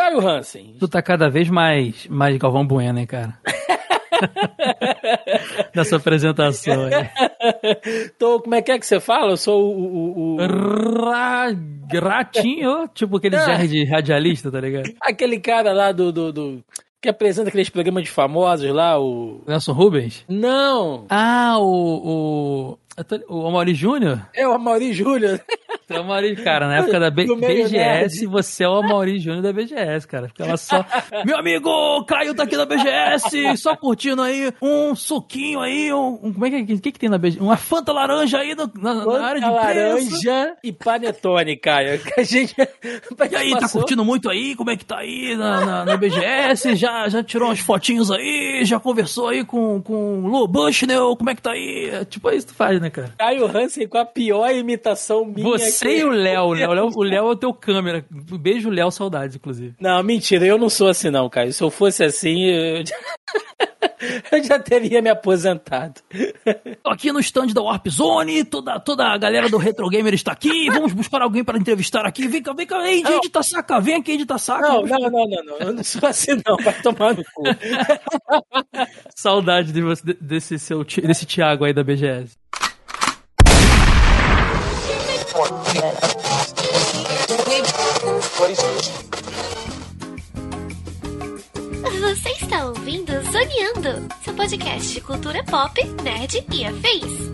Caio Hansen. Tu tá cada vez mais Galvão Bueno, hein, cara? Nessa apresentação aí. Como é que você fala? Eu sou o... Ratinho, tipo aquele R de radialista, tá ligado? Aquele cara lá que apresenta aqueles programas de famosos lá, o... Nelson Rubens? Não! Ah, o Amaury Júnior? É, o Amaury Júnior. Você é o Amaury, cara, na época da BGS, você é o Amaury Júnior da BGS, cara. Ficava só, meu amigo, Caio tá aqui na BGS, só curtindo aí um suquinho aí, como é que tem na BGS? Uma Fanta laranja aí na área de imprensa. Laranja e panetone, Caio. Que a gente... E aí, tá curtindo muito aí? Como é que tá aí na BGS? Já tirou umas fotinhos aí? Já conversou aí com o Lu Bushnell? Como é que tá aí? Tipo, é isso que tu faz, né, cara? Caio Hansen com a pior imitação minha. Você e o Léo. O Léo é o teu câmera. Beijo, Léo, saudades, inclusive. Não, mentira, eu não sou assim não, Caio. Se eu fosse assim, eu já teria me aposentado. Tô aqui no stand da Warp Zone, toda a galera do Retro Gamer está aqui, vamos buscar alguém para entrevistar aqui. Vem cá, ei, edita saca, vem aqui, edita saca. Não, eu não sou assim não, vai tomar no cu. Saudade desse Thiago aí da BGS. Você está ouvindo Zoneando, seu podcast de cultura pop, nerd e afins.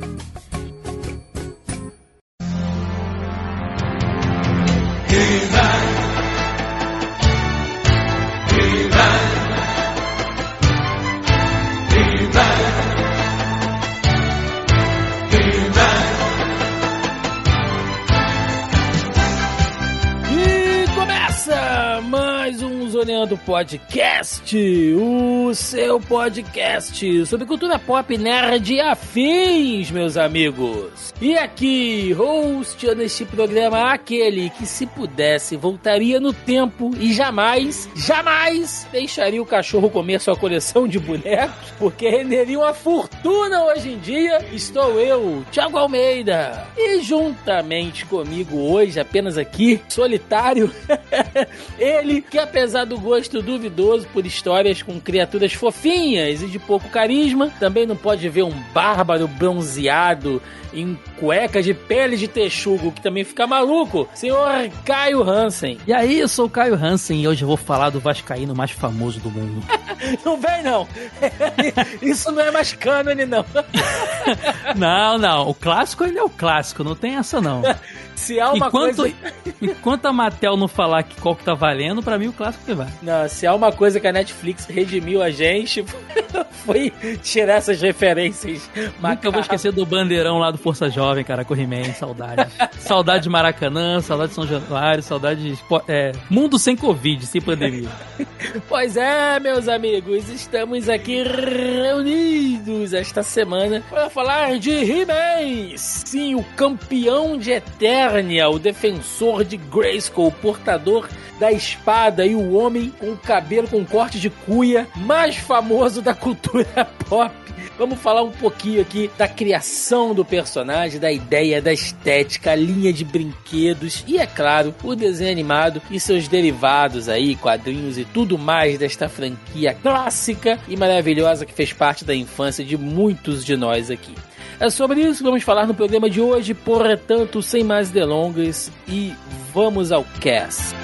Mais um Zoneando Podcast, o seu podcast sobre cultura pop, nerd e afins, meus amigos. E aqui, host neste programa, aquele que, se pudesse, voltaria no tempo e jamais deixaria o cachorro comer sua coleção de bonecos, porque renderia uma fortuna hoje em dia. Estou eu, Thiago Almeida, e juntamente comigo hoje, apenas aqui, solitário, ele que, apesar do gosto duvidoso por histórias com criaturas fofinhas e de pouco carisma, também não pode ver um bárbaro bronzeado em cuecas de pele de texugo, que também fica maluco, senhor Caio Hansen. E aí, eu sou o Caio Hansen e hoje eu vou falar do vascaíno mais famoso do mundo. Não vem, não. Isso não é mais cânone, não. Não. O clássico ainda é o clássico, não tem essa, não. Se há uma coisa... Enquanto a Mattel não falar qual que tá valendo, pra mim o clássico que vai. Não, se há uma coisa que a Netflix redimiu a gente, foi tirar essas referências macabras. Nunca vou esquecer do bandeirão lá do Força Jovem, cara, com He-Man, saudades. Saudade de Maracanã, saudade de São Januário, saudade de... mundo sem Covid, sem pandemia. Pois é, meus amigos, estamos aqui reunidos esta semana para falar de He-Man. Sim, o campeão de Eternia, o defensor de Grayskull, o portador da espada e o homem com o cabelo com corte de cuia mais famoso da cultura pop. Vamos falar um pouquinho aqui da criação do personagem, da ideia, da estética, a linha de brinquedos e, é claro, o desenho animado e seus derivados aí, quadrinhos e tudo mais desta franquia clássica e maravilhosa que fez parte da infância de muitos de nós aqui. É sobre isso que vamos falar no programa de hoje, portanto, sem mais delongas, e vamos ao cast.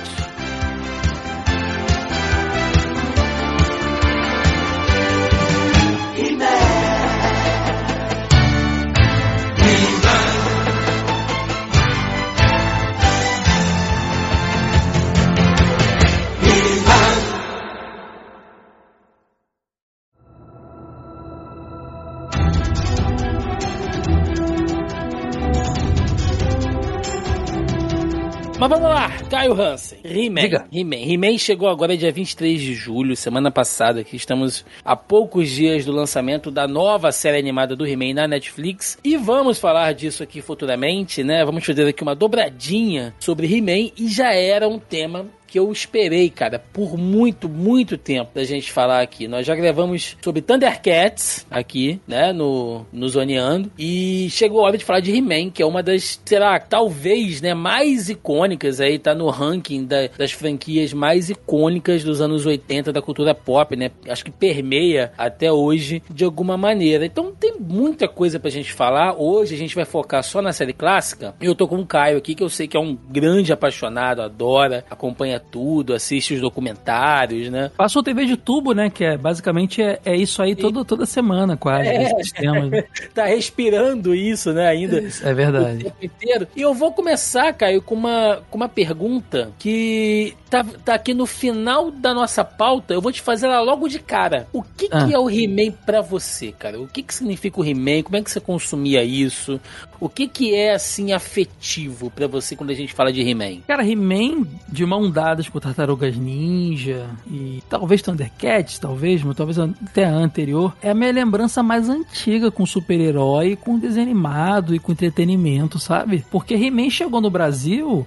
Mas vamos lá, Caio Hansen, He-Man chegou agora dia 23 de julho, semana passada, que estamos a poucos dias do lançamento da nova série animada do He-Man na Netflix, e vamos falar disso aqui futuramente, né? Vamos fazer aqui uma dobradinha sobre He-Man, e já era um tema que eu esperei, cara, por muito, muito tempo da gente falar aqui. Nós já gravamos sobre Thundercats aqui, né, no Zoneando, e chegou a hora de falar de He-Man, que é uma das, será, talvez, né, mais icônicas aí, tá no ranking das franquias mais icônicas dos anos 80 da cultura pop, né? Acho que permeia até hoje de alguma maneira. Então tem muita coisa pra gente falar. Hoje a gente vai focar só na série clássica. Eu tô com o Caio aqui, que eu sei que é um grande apaixonado, adora, acompanha tudo, assiste os documentários, né? Passou TV de tubo, né? Que basicamente é isso aí toda semana, quase. Temas, né? Tá respirando isso, né? Ainda. É verdade. O tempo inteiro. E eu vou começar, Caio, com uma pergunta que tá aqui no final da nossa pauta. Eu vou te fazer ela logo de cara. O que é o He-Man pra você, cara? O que significa o He-Man? Como é que você consumia isso? O que é, assim, afetivo pra você quando a gente fala de He-Man? Cara, He-Man, de mão dadas com Tartarugas Ninja e talvez Thundercats, talvez até a anterior, é a minha lembrança mais antiga com super-herói, com desenho animado e com entretenimento, sabe? Porque He-Man chegou no Brasil,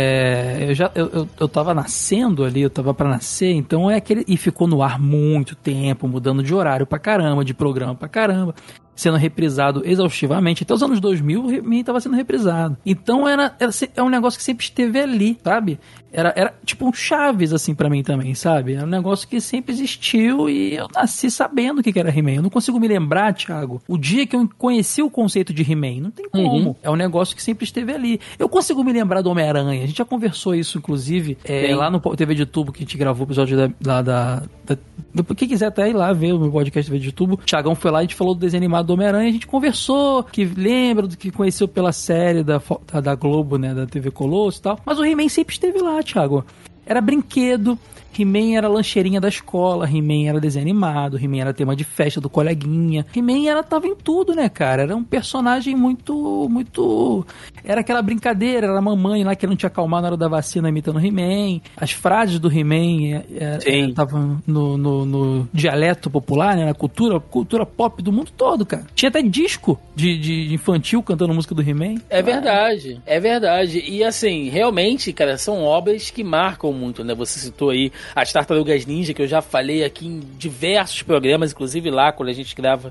eu tava nascendo ali, eu tava pra nascer, então e ficou no ar muito tempo, mudando de horário pra caramba, de programa pra caramba, sendo reprisado exaustivamente. Até os anos 2000, o He-Man estava sendo reprisado. Então é um negócio que sempre esteve ali, sabe? Era tipo um Chaves, assim, pra mim também, sabe? Era um negócio que sempre existiu e eu nasci sabendo o que era He-Man. Eu não consigo me lembrar, Thiago, o dia que eu conheci o conceito de He-Man. Não tem como. É um negócio que sempre esteve ali. Eu consigo me lembrar do Homem-Aranha. A gente já conversou isso, inclusive, lá no TV de Tubo, que a gente gravou o episódio quem quiser até ir lá ver o meu podcast TV de Tubo. O Thiagão foi lá e a gente falou do desenho animado do Homem-Aranha. A gente conversou, que lembra do que conheceu pela série da Globo, né, da TV Colosso e tal. Mas o He-Man sempre esteve lá, Thiago. Era brinquedo, He-Man era lancheirinha da escola, He-Man era desenho animado, He-Man era tema de festa do coleguinha, He-Man tava em tudo, né, cara? Era um personagem muito... Era aquela brincadeira, era a mamãe lá que não tinha acalmado na hora da vacina imitando He-Man, as frases do He-Man estavam no dialeto popular, né, na cultura pop do mundo todo, cara. Tinha até disco de infantil cantando música do He-Man. É verdade. E assim, realmente, cara, são obras que marcam muito, né? Você citou aí as Tartarugas Ninja, que eu já falei aqui em diversos programas, inclusive lá, quando a gente grava.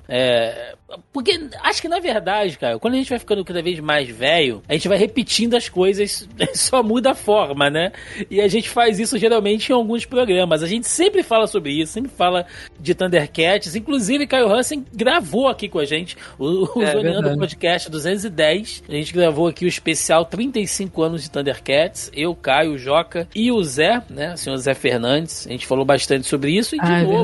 Porque acho que, na verdade, cara, quando a gente vai ficando cada vez mais velho, a gente vai repetindo as coisas, só muda a forma, né? E a gente faz isso geralmente em alguns programas. A gente sempre fala sobre isso, sempre fala de Thundercats. Inclusive, Caio Hansen gravou aqui com a gente o Zoneando Podcast 210. A gente gravou aqui o especial 35 anos de Thundercats. Eu, Caio, o Joca e o Zé, né? O senhor Zé Fernandes. A gente falou bastante sobre isso.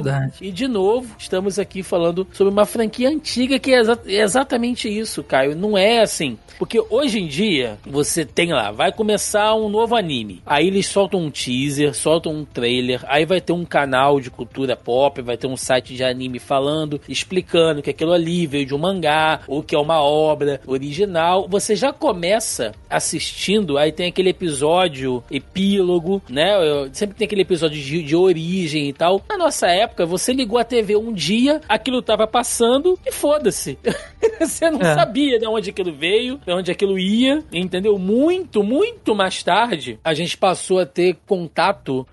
E de novo, estamos aqui falando sobre uma franquia antiga que é exatamente isso, Caio. Não é assim. Porque hoje em dia, você tem lá, vai começar um novo anime. Aí eles soltam um teaser, soltam um trailer. Aí vai ter um canal de cultura pop, vai ter um site de anime falando, explicando que aquilo ali veio de um mangá, ou que é uma obra original. Você já começa assistindo, aí tem aquele episódio epílogo, né? Sempre tem aquele episódio de origem e tal. Na nossa época, você ligou a TV um dia, aquilo tava passando e foda-se. Você não sabia de onde aquilo veio, de onde aquilo ia, entendeu? Muito, muito mais tarde, a gente passou a ter contato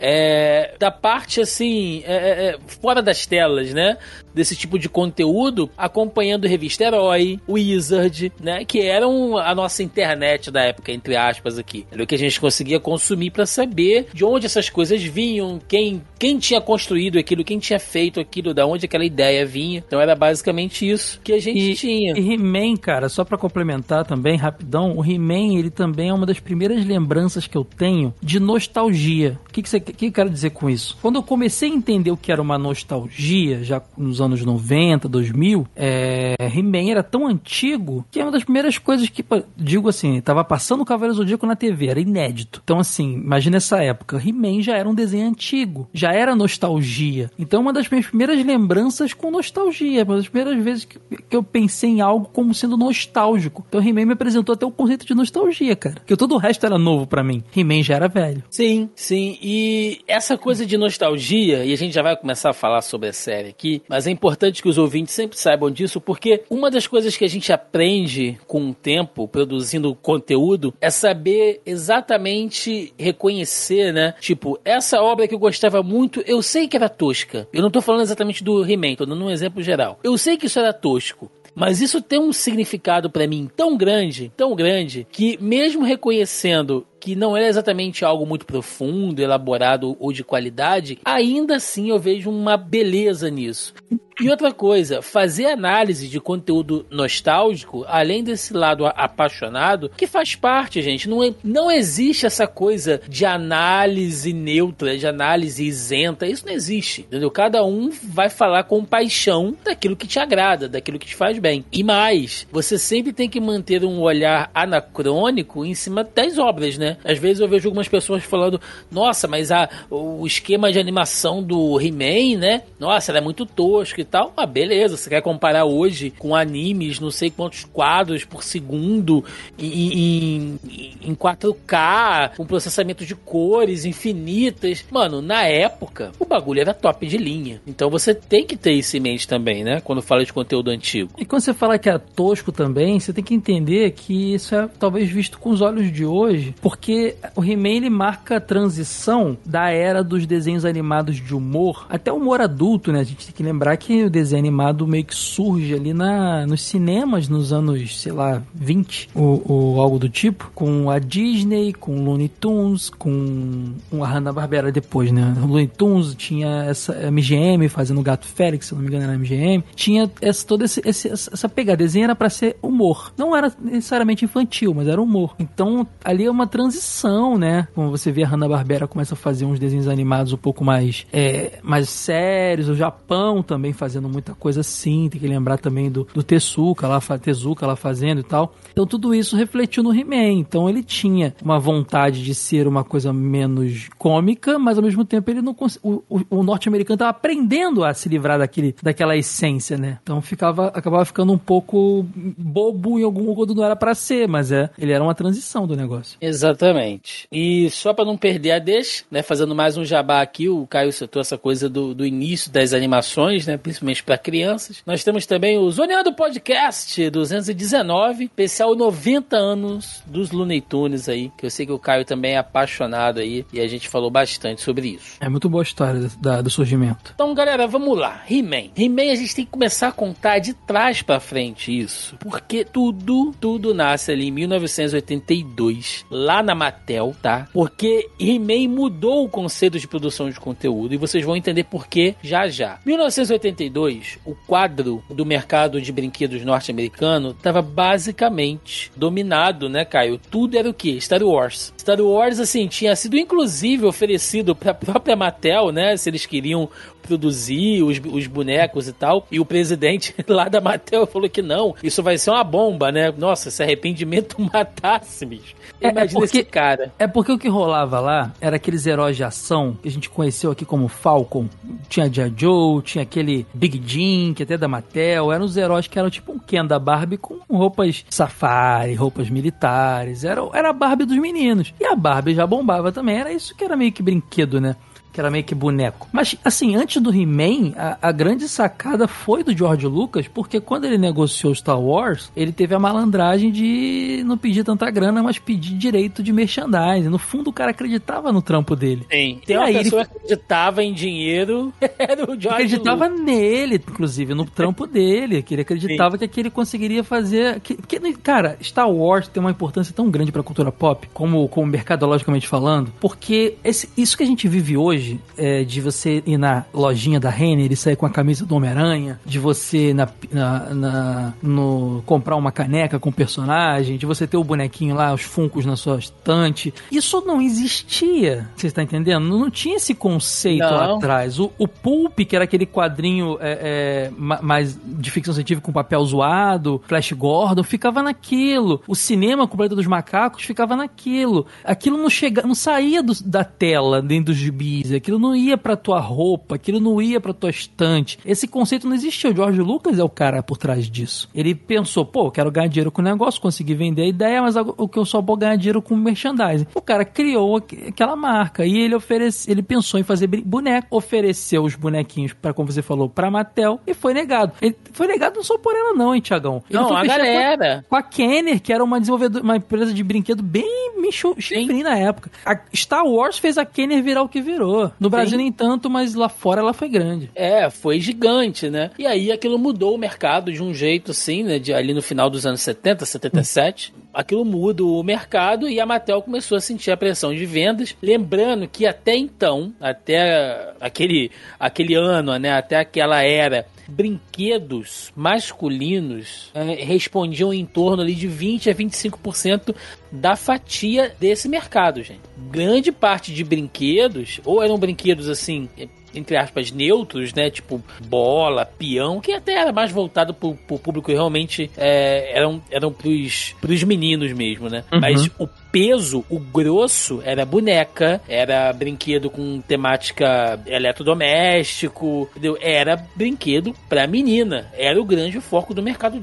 da parte, assim, fora das telas, né? Desse tipo de conteúdo, acompanhando revista Herói, Wizard, né? Que eram a nossa internet da época, entre aspas, aqui. Era o que a gente conseguia consumir pra saber de onde essas coisas vinham, quem tinha construído aquilo, quem tinha feito aquilo, da onde aquela ideia vinha. Então era basicamente isso que a gente tinha. E He-Man, cara, só pra complementar também, rapidão, o He-Man, ele também é uma das primeiras lembranças que eu tenho de nostalgia. O que eu quero dizer com isso? Quando eu comecei a entender o que era uma nostalgia, já nos anos 90, 2000, He-Man era tão antigo que é uma das primeiras coisas que, digo assim, tava passando o Cavaleiro Zodíaco na TV, era inédito. Então, assim, imagina essa época, He-Man já era um desenho antigo, já já era nostalgia. Então, uma das minhas primeiras lembranças com nostalgia, uma das primeiras vezes que eu pensei em algo como sendo nostálgico. Então, He-Man me apresentou até o conceito de nostalgia, cara. Porque todo o resto era novo pra mim. He-Man já era velho. Sim, sim. E essa coisa de nostalgia, e a gente já vai começar a falar sobre a série aqui, mas é importante que os ouvintes sempre saibam disso, porque uma das coisas que a gente aprende com o tempo, produzindo conteúdo, é saber exatamente reconhecer, né? Tipo, essa obra que eu gostava muito, eu sei que era tosca. Eu não tô falando exatamente do He-Man, tô dando um exemplo geral. Eu sei que isso era tosco. Mas isso tem um significado pra mim tão grande, que mesmo reconhecendo que não é exatamente algo muito profundo, elaborado ou de qualidade, ainda assim eu vejo uma beleza nisso. E outra coisa, fazer análise de conteúdo nostálgico, além desse lado apaixonado, que faz parte, gente. Não existe essa coisa de análise neutra, de análise isenta. Isso não existe, entendeu? Cada um vai falar com paixão daquilo que te agrada, daquilo que te faz bem. E mais, você sempre tem que manter um olhar anacrônico em cima das obras, né? Às vezes eu vejo algumas pessoas falando, nossa, mas o esquema de animação do He-Man, né? Nossa, ela é muito tosco e tal. Ah, beleza, você quer comparar hoje com animes, não sei quantos quadros por segundo, em 4K, com processamento de cores infinitas. Mano, na época, o bagulho era top de linha. Então você tem que ter isso em mente também, né? Quando fala de conteúdo antigo. E quando você fala que é tosco também, você tem que entender que isso é talvez visto com os olhos de hoje, porque o He-Man, ele marca a transição da era dos desenhos animados de humor até o humor adulto, né? A gente tem que lembrar que o desenho animado meio que surge ali nos cinemas nos anos, sei lá, 20 ou algo do tipo, com a Disney, com o Looney Tunes, com a Hanna-Barbera depois, né? O Looney Tunes tinha essa MGM fazendo o Gato Félix, se não me engano era MGM, tinha toda essa pegada. Desenho era pra ser humor, não era necessariamente infantil, mas era humor. Então ali é uma transição, né? Como você vê, a Hanna-Barbera começa a fazer uns desenhos animados um pouco mais sérios, o Japão também fazendo muita coisa assim, tem que lembrar também do Tezuka lá fazendo e tal. Então tudo isso refletiu no He-Man. Então ele tinha uma vontade de ser uma coisa menos cômica, mas ao mesmo tempo ele não o norte-americano estava aprendendo a se livrar daquela essência, né? Então acabava ficando um pouco bobo em algum quando não era pra ser, mas ele era uma transição do negócio. Exatamente. E só pra não perder a deixa, né, fazendo mais um jabá aqui, o Caio citou essa coisa do início das animações, né, principalmente pra crianças. Nós temos também o Zoneando Podcast 219, especial 90 anos dos Looney Tunes aí, que eu sei que o Caio também é apaixonado aí, e a gente falou bastante sobre isso. É muito boa a história do surgimento. Então, galera, vamos lá. He-Man. He-Man a gente tem que começar a contar de trás pra frente isso, porque tudo nasce ali em 1982, lá na Mattel, tá? Porque He-Man mudou o conceito de produção de conteúdo, e vocês vão entender por quê já já. 1982, o quadro do mercado de brinquedos norte-americano estava basicamente dominado, né, Caio? Tudo era o quê? Star Wars. Star Wars, assim, tinha sido inclusive oferecido pra própria Mattel, né, se eles queriam produzir os bonecos e tal, e o presidente lá da Mattel falou que não, isso vai ser uma bomba, né? Nossa, se arrependimento matasse, bicho. Imagina esse cara. É porque o que rolava lá era aqueles heróis de ação que a gente conheceu aqui como Falcon. Tinha G.I. Joe, tinha aquele Big Jim, que até é da Mattel. Eram os heróis que eram tipo um Ken da Barbie com roupas safari, roupas militares. Era a Barbie dos meninos. E a Barbie já bombava também. Era isso que era meio que brinquedo, né? Que era meio que boneco. Mas, assim, antes do He-Man, a grande sacada foi do George Lucas, porque quando ele negociou Star Wars, ele teve a malandragem de não pedir tanta grana, mas pedir direito de merchandising. No fundo, o cara acreditava no trampo dele. Sim. Tem uma pessoa que acreditava em dinheiro, era o George Lucas. Acreditava nele, inclusive, no trampo dele, que ele acreditava que ele conseguiria fazer... Cara, Star Wars tem uma importância tão grande pra cultura pop, como mercadologicamente falando, porque isso que a gente vive hoje, de você ir na lojinha da Renner e sair com a camisa do Homem-Aranha, de você comprar uma caneca com personagem, de você ter o bonequinho lá, os Funkos na sua estante. Isso não existia, você está entendendo? Não tinha esse conceito lá atrás. O Pulp, que era aquele quadrinho mais de ficção científica com papel zoado, Flash Gordon, ficava naquilo. O cinema com o Planeta dos Macacos ficava naquilo. Aquilo não saía da tela dentro dos gibis. paredes, aquilo não ia pra tua roupa, aquilo não ia pra tua estante. Esse conceito não existia. O George Lucas é o cara por trás disso. Ele pensou, eu quero ganhar dinheiro com o negócio, consegui vender a ideia, mas o que eu só vou ganhar dinheiro com merchandising. O cara criou aquela marca e ele pensou em fazer boneco, ofereceu os bonequinhos pra, como você falou, pra Mattel e foi negado. Ele foi negado não só por ela não, hein, Thiagão? Não, a galera. Com a Kenner, que era uma empresa de brinquedo bem chifrinha na época. A Star Wars fez a Kenner virar o que virou. No Brasil nem tanto, mas lá fora ela foi grande. Foi gigante, né? E aí aquilo mudou o mercado de um jeito assim, né? Ali no final dos anos 70, 77. Aquilo muda o mercado e a Mattel começou a sentir a pressão de vendas. Lembrando que até então, até aquele ano, né? Até aquela era, brinquedos masculinos respondiam em torno ali de 20 a 25% da fatia desse mercado, gente. Grande parte de brinquedos, ou eram brinquedos assim, entre aspas, neutros, né? Tipo bola, peão, que até era mais voltado pro público, realmente eram pros meninos mesmo, né? Uhum. Mas o peso, o grosso, era boneca, era brinquedo com temática eletrodoméstico, entendeu? Era brinquedo pra menina. Era o grande foco do mercado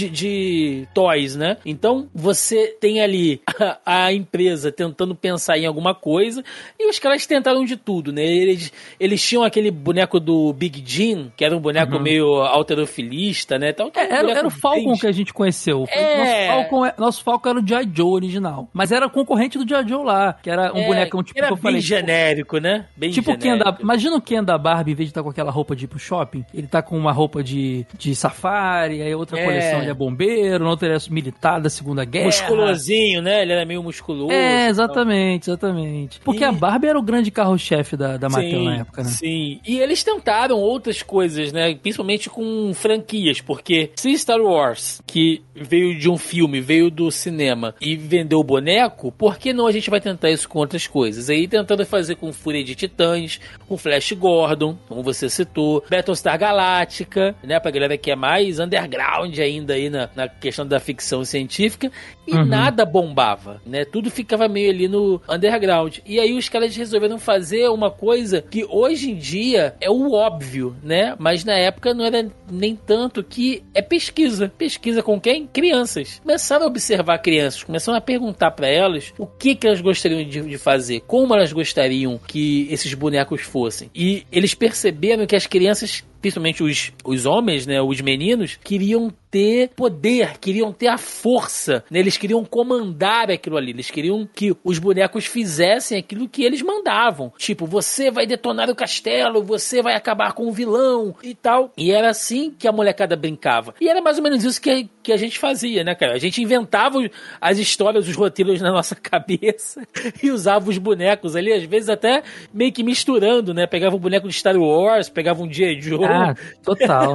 de toys, né? Então, você tem ali a empresa tentando pensar em alguma coisa e os caras tentaram de tudo, né? Eles tinham aquele boneco do Big Jim, que era um boneco meio alterofilista, né? Então, era o Falcon que a gente conheceu. Nosso Falcon era o G.I. Joe original. Mas era concorrente do G.I. Joe lá, que era um bonecão tipo que eu falei. Bem genérico, né? Bem tipo genérico. Imagina o Ken da Barbie, em vez de estar com aquela roupa de ir pro shopping, ele tá com uma roupa de safari, aí outra coleção ele é bombeiro, outra ele é militar da Segunda Guerra. Musculosinho, né? Ele era meio musculoso. Exatamente. Porque a Barbie era o grande carro-chefe da Mattel na época, né? Sim, e eles tentaram outras coisas, né? Principalmente com franquias, porque se Star Wars, que veio de um filme, veio do cinema e vendeu o boneco, por que não a gente vai tentar isso com outras coisas? Aí tentando fazer com Fúria de Titãs, com Flash Gordon, como você citou, Battlestar Galactica, né? Pra galera que é mais underground ainda aí na questão da ficção científica, e nada bombava, né? Tudo ficava meio ali no underground. E aí os caras resolveram fazer uma coisa que hoje em dia é o óbvio, né? Mas na época não era nem tanto, que é pesquisa. Pesquisa com quem? Crianças. Começaram a observar crianças, começaram a perguntar pra elas o que elas gostariam de fazer, como elas gostariam que esses bonecos fossem. E eles perceberam que as crianças, principalmente os homens, né, os meninos, queriam ter poder, queriam ter a força, né? Eles queriam comandar aquilo ali, eles queriam que os bonecos fizessem aquilo que eles mandavam, tipo, você vai detonar o castelo, você vai acabar com o vilão e tal, e era assim que a molecada brincava, e era mais ou menos isso que a gente fazia, né, cara? A gente inventava as histórias, os roteiros na nossa cabeça e usava os bonecos ali, às vezes até meio que misturando, né? Pegava o boneco de Star Wars, pegava um G.I. Joe. Total.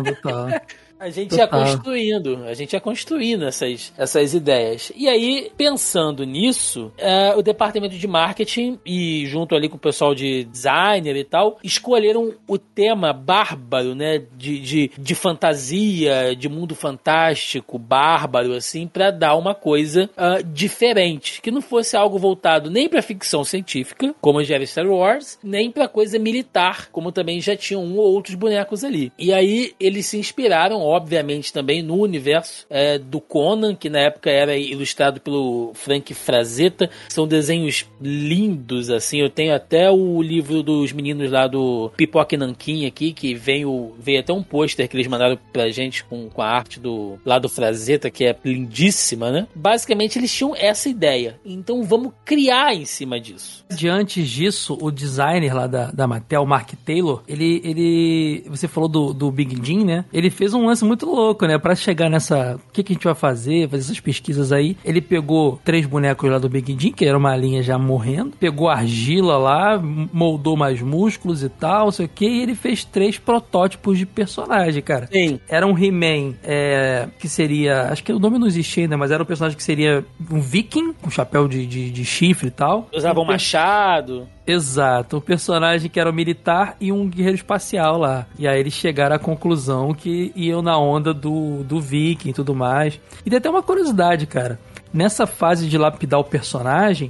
A gente ia construindo essas ideias. E aí, pensando nisso, o departamento de marketing e junto ali com o pessoal de designer e tal, escolheram o tema bárbaro, né, de fantasia, de mundo fantástico, bárbaro, assim, pra dar uma coisa diferente, que não fosse algo voltado nem pra ficção científica, como já era Star Wars, nem pra coisa militar, como também já tinham um ou outros bonecos ali. E aí, eles se inspiraram, obviamente, também no universo do Conan, que na época era ilustrado pelo Frank Frazetta. São desenhos lindos, assim. Eu tenho até o livro dos meninos lá do Pipoca e Nanquim aqui, que veio até um pôster que eles mandaram pra gente com a arte do Frazetta, que é lindíssima, né? Basicamente, eles tinham essa ideia. Então, vamos criar em cima disso. Antes disso, o designer lá da Mattel, Mark Taylor, ele você falou do Big Jim, né? Ele fez um lance muito louco, né? Pra chegar nessa... O que a gente vai fazer essas pesquisas aí. Ele pegou 3 bonecos lá do Big Jim, que era uma linha já morrendo. Pegou argila lá, moldou mais músculos e tal, não sei o que. E ele fez 3 protótipos de personagem, cara. Sim. Era um He-Man, que seria... Acho que o nome não existia ainda, mas era um personagem que seria um viking, com chapéu de chifre e tal. Usava um machado. Exato, um personagem que era um militar e um guerreiro espacial lá. E aí eles chegaram à conclusão que iam na onda do Viking e tudo mais. E tem até uma curiosidade, cara, nessa fase de lapidar o personagem,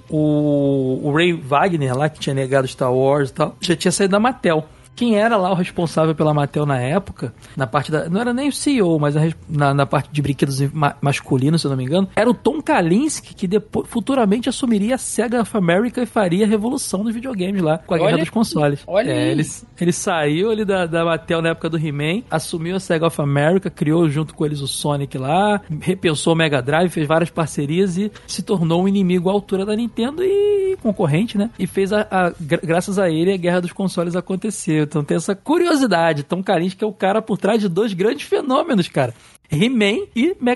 o Ray Wagner lá, que tinha negado Star Wars e tal, já tinha saído da Mattel. Quem era lá o responsável pela Mattel na época, na parte da... Não era nem o CEO, mas na parte de brinquedos masculinos, se eu não me engano, era o Tom Kalinske, que depois, futuramente assumiria a Sega of America e faria a revolução dos videogames lá, com a guerra dos consoles. Ele saiu ali da Mattel na época do He-Man, assumiu a Sega of America, criou junto com eles o Sonic lá, repensou o Mega Drive, fez várias parcerias e se tornou um inimigo à altura da Nintendo e concorrente, né? E fez, graças a ele, a guerra dos consoles aconteceu. Então tem essa curiosidade. Tom Kalinske que é o cara por trás de dois grandes fenômenos, cara. He-Man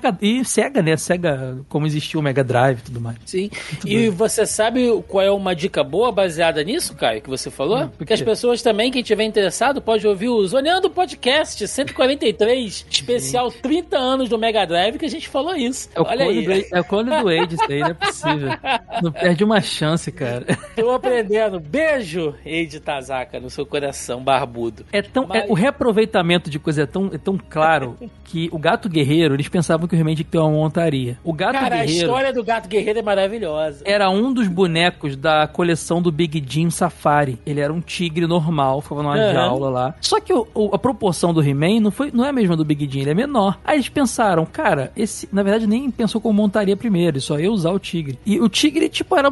e Sega, né? Sega, como existiu o Mega Drive e tudo mais. Sim. E você sabe qual é uma dica boa baseada nisso, Caio, que você falou? Porque as pessoas também, quem tiver interessado, pode ouvir o Zoneando Podcast 143, especial 30 anos do Mega Drive, que a gente falou isso. Olha aí. É o clone do Age, isso aí, não é possível. Não perde uma chance, cara. Tô aprendendo. Beijo, Eide Tazaka, no seu coração barbudo. O reaproveitamento de coisa é tão claro que o Gato Guerreiro, eles pensavam que o He-Man tinha que ter uma montaria. O Gato Guerreiro... a história do Gato Guerreiro é maravilhosa. Era um dos bonecos da coleção do Big Jim Safari. Ele era um tigre normal, ficava numa jaula lá. Só que a proporção do He-Man não é a mesma do Big Jim, ele é menor. Aí eles pensaram, cara, na verdade nem pensou como montaria primeiro, ele só ia usar o tigre. E o tigre, era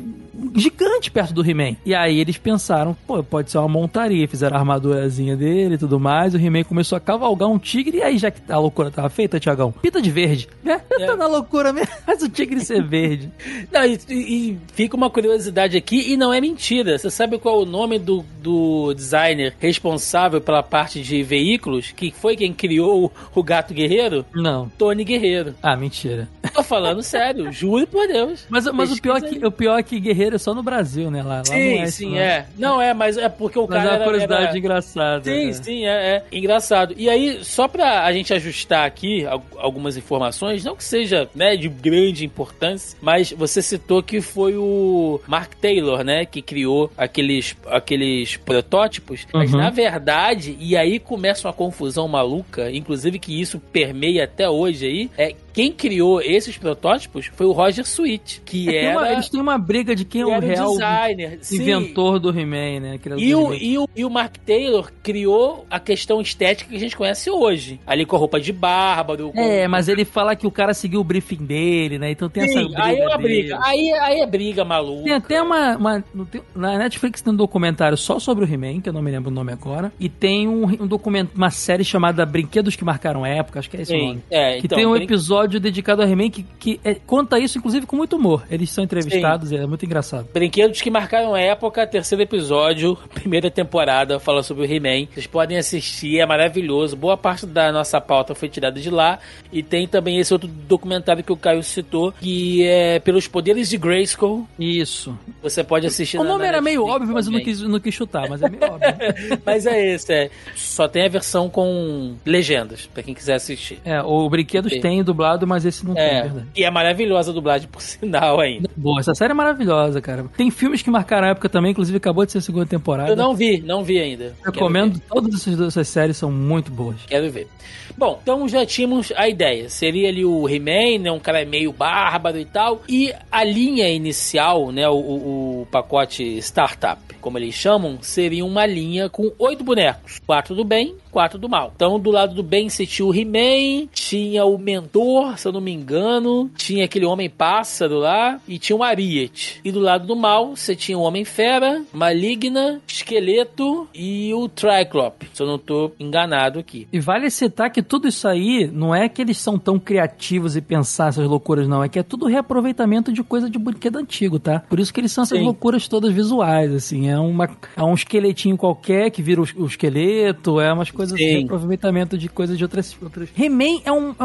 gigante perto do He-Man. E aí eles pensaram, pode ser uma montaria. Fizeram a armadurazinha dele e tudo mais. O He-Man começou a cavalgar um tigre. E aí, já que a loucura tava feita, Tiagão, pinta de verde, né? Tá na loucura mesmo. Faz o tigre ser verde. Não, e fica uma curiosidade aqui, e não é mentira. Você sabe qual é o nome do designer responsável pela parte de veículos? Que foi quem criou o Gato Guerreiro? Não. Tony Guerreiro. Ah, mentira. Tô falando sério, juro por Deus. Mas o pior é que Guerreiro é só no Brasil, né? Lá sim, não é. Não é, mas é porque o cara é uma curiosidade engraçada. Sim, é engraçado. E aí, só pra a gente ajustar aqui algumas informações, não que seja, né, de grande importância, mas você citou que foi o Mark Taylor, né, que criou aqueles protótipos, mas na verdade, e aí começa uma confusão maluca, inclusive que isso permeia até hoje aí, quem criou esses protótipos foi o Roger Sweet, que eles têm uma briga de quem é o real designer, inventor do He-Man, né? E o Mark Taylor criou a questão estética que a gente conhece hoje. Ali com a roupa de bárbaro. Mas ele fala que o cara seguiu o briefing dele, né? Então tem essa briga. Aí é uma briga. Aí é briga maluca. Tem até na Netflix tem um documentário só sobre o He-Man, que eu não me lembro o nome agora. E tem uma série chamada Brinquedos que Marcaram Época, acho que é esse o nome. Que tem um episódio dedicado ao He-Man que conta isso, inclusive, com muito humor. Eles são entrevistados e é muito engraçado. Brinquedos que Marcaram Época, terceiro episódio, primeira temporada, fala sobre o He-Man. Vocês podem assistir, é maravilhoso. Boa parte da nossa pauta foi tirada de lá. E tem também esse outro documentário que o Caio citou, que é Pelos Poderes de Grayskull. Isso. Você pode assistir. O nome era meio óbvio, mas eu não quis chutar, mas é meio óbvio. Mas é esse, Só tem a versão com legendas, pra quem quiser assistir. O Brinquedos tem dublado, mas esse não tem, verdade. E é maravilhosa a dublagem, por sinal, ainda. Boa, essa série é maravilhosa, cara. Tem filmes que marcaram a época também, inclusive acabou de ser a segunda temporada. Eu não vi ainda. Recomendo, todas essas séries são muito boas. Quero ver. Bom, então já tínhamos a ideia. Seria ali o He-Man, né? Um cara meio bárbaro e tal. E a linha inicial, né? O pacote Startup, como eles chamam, seria uma linha com 8 bonecos. 4 do bem, 4 do mal. Então, do lado do bem, você tinha o He-Man, tinha o Mentor, se eu não me engano, tinha aquele Homem-Pássaro lá, e tinha o Ariete. E do lado do mal, você tinha o Homem-Fera, Maligna, Esqueleto e o Triclope, se eu não tô enganado aqui. E vale citar que tudo isso aí, não é que eles são tão criativos e pensar essas loucuras, não. É que é tudo reaproveitamento de coisa de brinquedo antigo, tá? Por isso que eles são essas loucuras todas visuais, assim. É um esqueletinho qualquer que vira o esqueleto, é umas coisas de reaproveitamento de coisas de outras. He-Man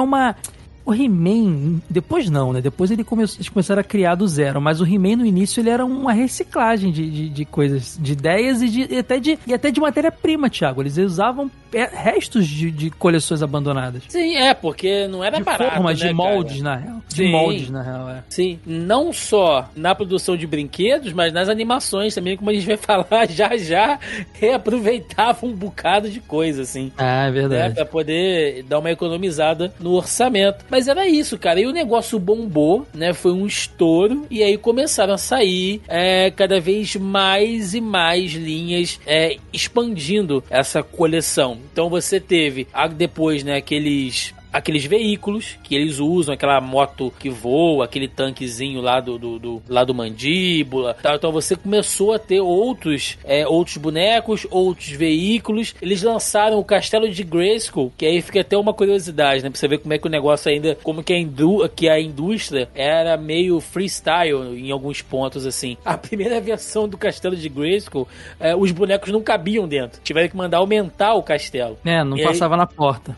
o He-Man, depois não, né? Depois eles começaram a criar do zero, mas o He-Man no início ele era uma reciclagem de coisas, de ideias e até de matéria-prima, Thiago. Eles usavam restos de coleções abandonadas. Sim, porque não era barato, formas, né, de moldes, cara? na real. De Sim. moldes, na real, Sim, não só na produção de brinquedos, mas nas animações também, como a gente vai falar, já reaproveitava um bocado de coisa, assim. Ah, é verdade. Né, pra poder dar uma economizada no orçamento. Mas era isso, cara. E o negócio bombou, né? Foi um estouro. E aí começaram a sair cada vez mais e mais linhas expandindo essa coleção. Então você teve depois, né, aqueles veículos que eles usam, aquela moto que voa, aquele tanquezinho lá do Mandíbula. Tá? Então você começou a ter outros bonecos, outros veículos. Eles lançaram o Castelo de Grayskull, que aí fica até uma curiosidade, né? Pra você ver como é que o negócio ainda, como que a indústria era meio freestyle em alguns pontos, assim. A primeira versão do Castelo de Grayskull, os bonecos não cabiam dentro. Tiveram que mandar aumentar o castelo. Não passava na porta.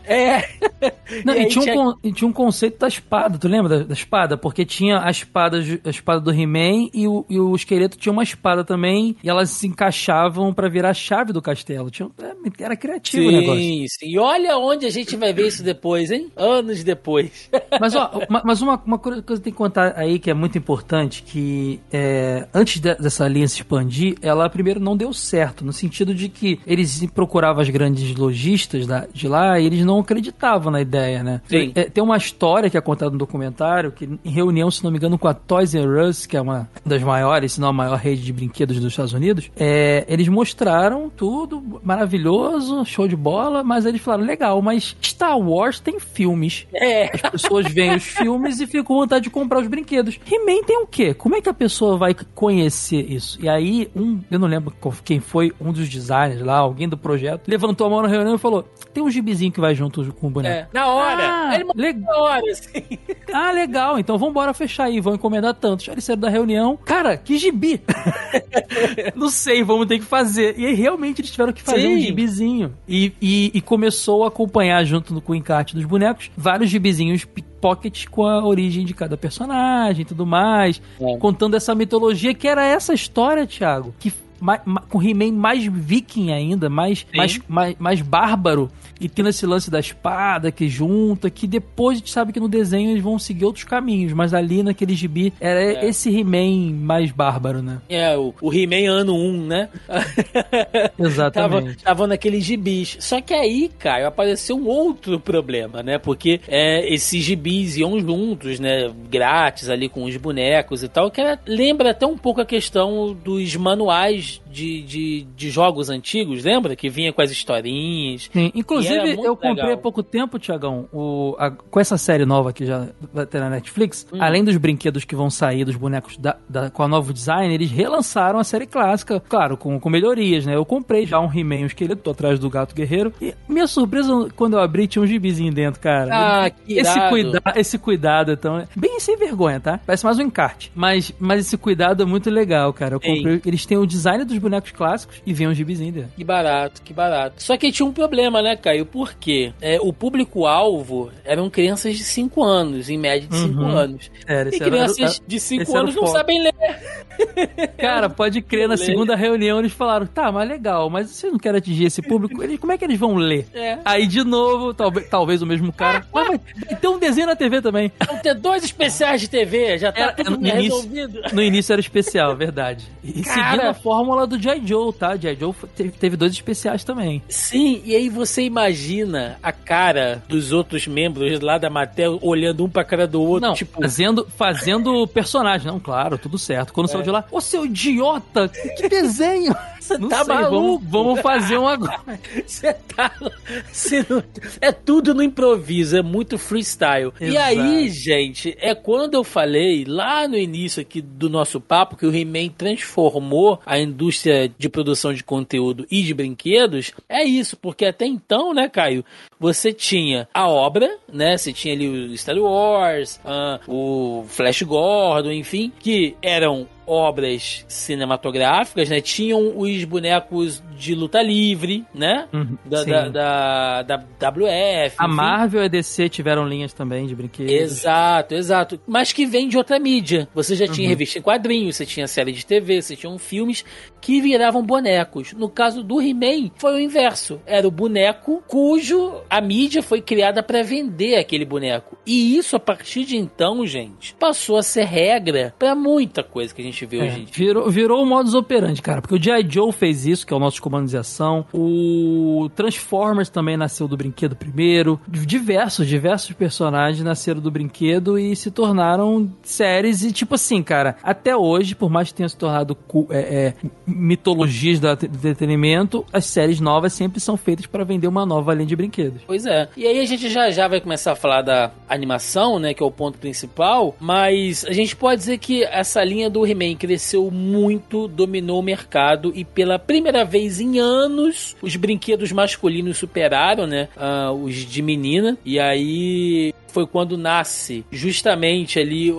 Não, e tinha um conceito da espada, tu lembra da espada? Porque tinha a espada do He-Man e o esqueleto tinha uma espada também, e elas se encaixavam pra virar a chave do castelo. Era criativo o negócio. Sim. E olha onde a gente vai ver isso depois, hein? Anos depois. Mas uma coisa que eu tenho que contar aí que é muito importante, que antes dessa linha se expandir, ela primeiro não deu certo, no sentido de que eles procuravam as grandes lojistas de lá e eles não acreditavam na ideia, né? Sim. Tem uma história que é contada no documentário, que em reunião, se não me engano, com a Toys R Us, que é uma das maiores, se não a maior rede de brinquedos dos Estados Unidos, eles mostraram tudo maravilhoso, show de bola, mas eles falaram, legal, mas Star Wars tem filmes. As pessoas veem os filmes e ficam com vontade de comprar os brinquedos. He-Man tem o quê? Como é que a pessoa vai conhecer isso? E aí, eu não lembro quem foi, um dos designers lá, alguém do projeto, levantou a mão na reunião e falou, tem um gibizinho que vai junto com o boneco. Na hora. Ele legal. Na hora, assim. Legal. Então vambora fechar aí. Vão encomendar tantos. Aí eles saíram da reunião. Cara, que gibi. Não sei, vamos ter que fazer. E aí realmente eles tiveram que fazer um gibizinho. E começou a acompanhar junto com o encarte dos bonecos vários gibizinhos pocket com a origem de cada personagem e tudo mais. Contando essa mitologia que era essa história, Thiago. Que com He-Man mais viking ainda, mais bárbaro, e tendo esse lance da espada que junta, que depois a gente sabe que no desenho eles vão seguir outros caminhos, mas ali naquele gibi era esse He-Man mais bárbaro, né? O He-Man ano 1, né? Exatamente. Tava naqueles gibis. Só que aí, Caio, apareceu um outro problema, né? Porque esses gibis iam juntos, né? Grátis ali com os bonecos e tal, que lembra até um pouco a questão dos manuais de jogos antigos, lembra? Que vinha com as historinhas. Sim, inclusive eu comprei há pouco tempo, Thiagão, com essa série nova que já vai ter na Netflix, além dos brinquedos que vão sair, dos bonecos com a novo design, eles relançaram a série clássica, claro, com melhorias, né? Eu comprei já um He-Man, um esqueleto, tô atrás do Gato Guerreiro, e minha surpresa, quando eu abri, tinha um gibizinho dentro, cara. Que irado. Esse cuidado, então, bem sem vergonha, tá? Parece mais um encarte, mas esse cuidado é muito legal, cara. Eu comprei, eles têm o design dos bonecos clássicos e vem um gibizinho dentro. Que barato. Só que tinha um problema, né, Caio? Por quê? O público-alvo eram crianças de 5 anos, em média de 5 anos. E crianças de 5 anos não sabem ler. Cara, pode crer, na segunda reunião eles falaram, tá, mas legal, mas vocês não querem atingir esse público, como é que eles vão ler? Aí, de novo, talvez o mesmo cara, mas vai ter um desenho na TV também. Vão ter 2 especiais de TV, já tá tudo resolvido. No início era especial, verdade. E seguindo a fórmula do G.I. Joe, tá? G.I. Joe teve 2 especiais também. Sim, e aí você imagina a cara dos outros membros lá da Mattel olhando um pra cara do outro, não, tipo... fazendo personagem. Não, claro, tudo certo. Quando saiu de lá, ô seu idiota, que desenho! Você tá maluco? Vamos fazer um agora. Você tá... É tudo no improviso, é muito freestyle. Exato. E aí, gente, quando eu falei lá no início aqui do nosso papo que o He-Man transformou a indústria de produção de conteúdo e de brinquedos, é isso, porque até então, né, Caio, você tinha a obra, né, você tinha ali o Star Wars, o Flash Gordon, enfim, que eram obras cinematográficas, né? Tinham os bonecos de luta livre, né? Da WF. A Marvel e a DC tiveram linhas também de brinquedos. Exato. Mas que vem de outra mídia. Você já tinha revista em quadrinhos, você tinha série de TV, você tinha filmes que viravam bonecos. No caso do He-Man, foi o inverso. Era o boneco cujo a mídia foi criada para vender aquele boneco. E isso, a partir de então, gente, passou a ser regra para muita coisa que a gente vê hoje em dia. Virou o modus operandi, cara. Porque o G.I. Joe fez isso, que é o nosso comando de ação. O Transformers também nasceu do brinquedo primeiro. Diversos personagens nasceram do brinquedo e se tornaram séries. E tipo assim, cara, até hoje, por mais que tenha se tornado mitologias do entretenimento, as séries novas sempre são feitas para vender uma nova linha de brinquedos. Pois é. E aí a gente já vai começar a falar da animação, né, que é o ponto principal, mas a gente pode dizer que essa linha do He-Man cresceu muito, dominou o mercado e pela primeira vez em anos os brinquedos masculinos superaram, né, os de menina. E aí foi quando nasce justamente ali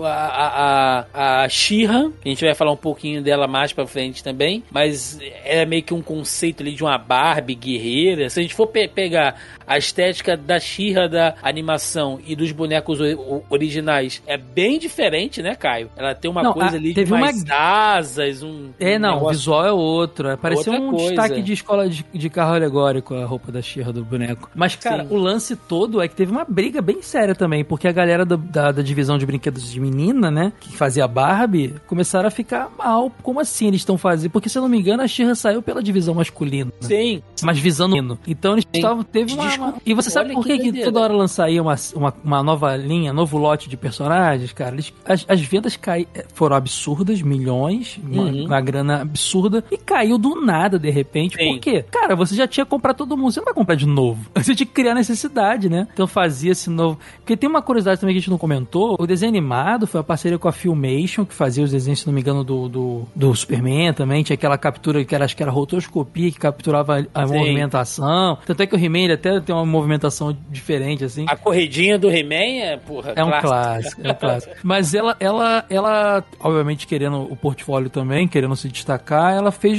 a She-Ra, que a gente vai falar um pouquinho dela mais pra frente também, mas é meio que um conceito ali de uma Barbie guerreira. Se a gente for pegar a estética da She-Ra da animação e dos bonecos originais, é bem diferente, né, Caio? Ela tem uma coisa ali de mais asas, o visual é outro. Parecia destaque de escola de carro alegórico a roupa da She-Ra do boneco. Mas, cara, o lance todo é que teve uma briga bem séria também, porque a galera da divisão de brinquedos de menina, né, que fazia Barbie, começaram a ficar mal. Como assim eles estão fazendo? Porque, se eu não me engano, a She-Ra saiu pela divisão masculina. Sim. Mas visando menino. Então eles teve uma... E você sabe por que toda hora lançaria uma nova linha, novo lote de personagens, cara? As vendas foram absurdas, milhões, uma grana absurda, e caiu do nada, de repente. Sim. Por quê? Cara, você já tinha comprado todo mundo, você não vai comprar de novo. Você tinha que criar necessidade, né? Então fazia esse novo... Porque tem uma curiosidade também que a gente não comentou, o desenho animado foi a parceria com a Filmation, que fazia os desenhos, se não me engano, do Superman também, tinha aquela captura que acho que era rotoscopia, que capturava a movimentação. Tanto é que o He-Man ele até tem uma movimentação diferente, assim. A corridinha do He-Man é um clássico. Mas ela, obviamente, querendo o portfólio também, querendo se destacar, ela fez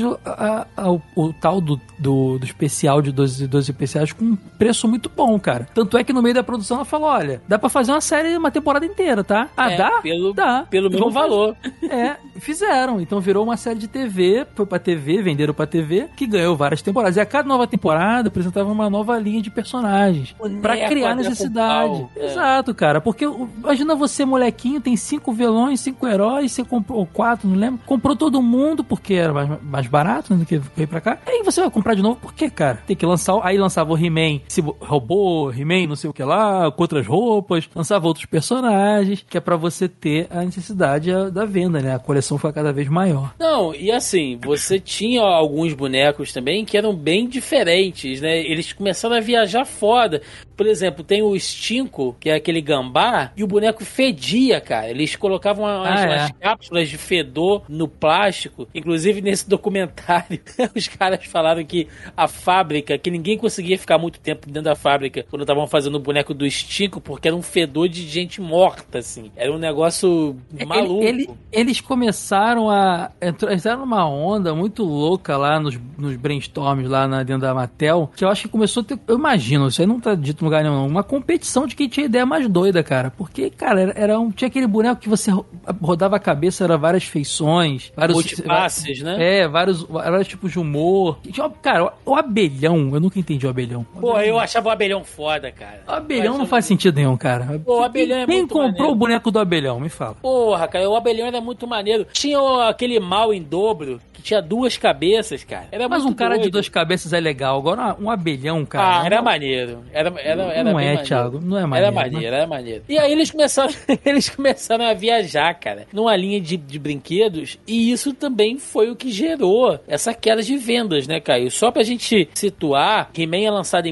o tal do especial de 12 especiais com um preço muito bom, cara. Tanto é que no meio da produção ela falou, olha, dá pra fazer uma temporada inteira, tá? Dá? Dá. Pelo mesmo valor. Fizeram. Então virou uma série de TV, foi pra TV, venderam pra TV, que ganhou várias temporadas. E a cada nova temporada apresentava uma nova linha de personagens. Pra criar necessidade. Exato, cara. Porque imagina você, molequinho, tem 5 vilões, 5 heróis, você comprou, ou 4, não lembro. Comprou todo mundo, porque era mais barato, né, do que veio pra cá. Aí você vai comprar de novo, por quê, cara? Tem que lançar, aí lançava o He-Man, robô, He-Man, não sei o que lá, com outras roupas, lançava outros personagens, que é pra você ter a necessidade da venda, né? A coleção foi cada vez maior. Não, e assim, você tinha alguns bonecos também que eram bem diferentes, né? Eles começaram a viajar foda. Por exemplo, tem o Stinko, que é aquele gambá, e o boneco fedia, cara. Eles colocavam umas cápsulas de fedor no plástico. Inclusive, nesse documentário, os caras falaram que a fábrica, que ninguém conseguia ficar muito tempo dentro da fábrica quando estavam fazendo o boneco do Stinko, porque era um fedor de gente morta, assim. Era um negócio maluco. Eles começaram entraram numa onda muito louca lá nos brainstorms lá dentro da Mattel, que eu acho que começou a ter, eu imagino, isso aí não tá dito em lugar nenhum, uma competição de quem tinha ideia mais doida, cara. Porque, cara, tinha aquele boneco que você rodava a cabeça, era várias feições, vários multipasses, né? Vários tipos de humor. Cara, o abelhão, eu nunca entendi o abelhão. Eu achava o abelhão foda, cara. O abelhão não faz sentido nenhum, cara. O abelhão é Quem muito comprou maneiro. O boneco do abelhão? Me fala. Porra, cara, o abelhão era muito maneiro. Tinha aquele mal em dobro, que tinha 2 cabeças, cara. Mas um cara de 2 cabeças é legal. Agora, um abelhão, cara... era maneiro. Era não é, Thiago. Não é maneiro. Era maneiro. E aí eles começaram a viajar, cara, numa linha de brinquedos, e isso também foi o que gerou essa queda de vendas, né, Caio? Só pra gente situar, He-Man é lançado em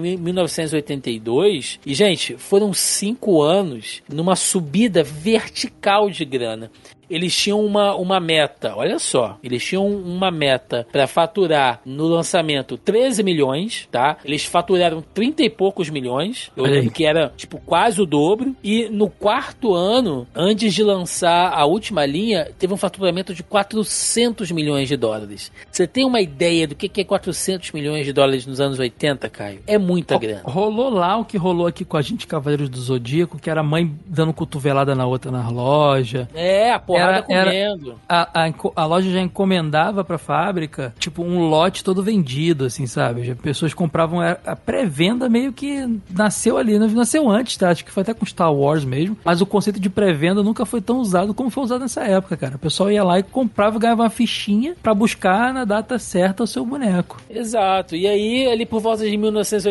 1982, e, gente, foram 5 anos numa subida vertical de grana. eles tinham uma meta, olha só, eles tinham uma meta para faturar no lançamento 13 milhões, tá? Eles faturaram 30 e poucos milhões, eu lembro que era, tipo, quase o dobro, e no quarto ano, antes de lançar a última linha, teve um faturamento de 400 milhões de dólares. Você tem uma ideia do que é 400 milhões de dólares nos anos 80, Caio? É muita grana. Rolou lá o que rolou aqui com a gente, Cavaleiros do Zodíaco, que era a mãe dando cotovelada na outra na loja. A porrada comendo. A loja já encomendava pra fábrica, tipo, um lote todo vendido, assim, sabe? Já pessoas compravam a pré-venda, meio que nasceu ali, nasceu antes, tá? Acho que foi até com Star Wars mesmo, mas o conceito de pré-venda nunca foi tão usado como foi usado nessa época, cara. O pessoal ia lá e comprava e ganhava uma fichinha pra buscar na data certa o seu boneco. Exato. E aí, ali por volta de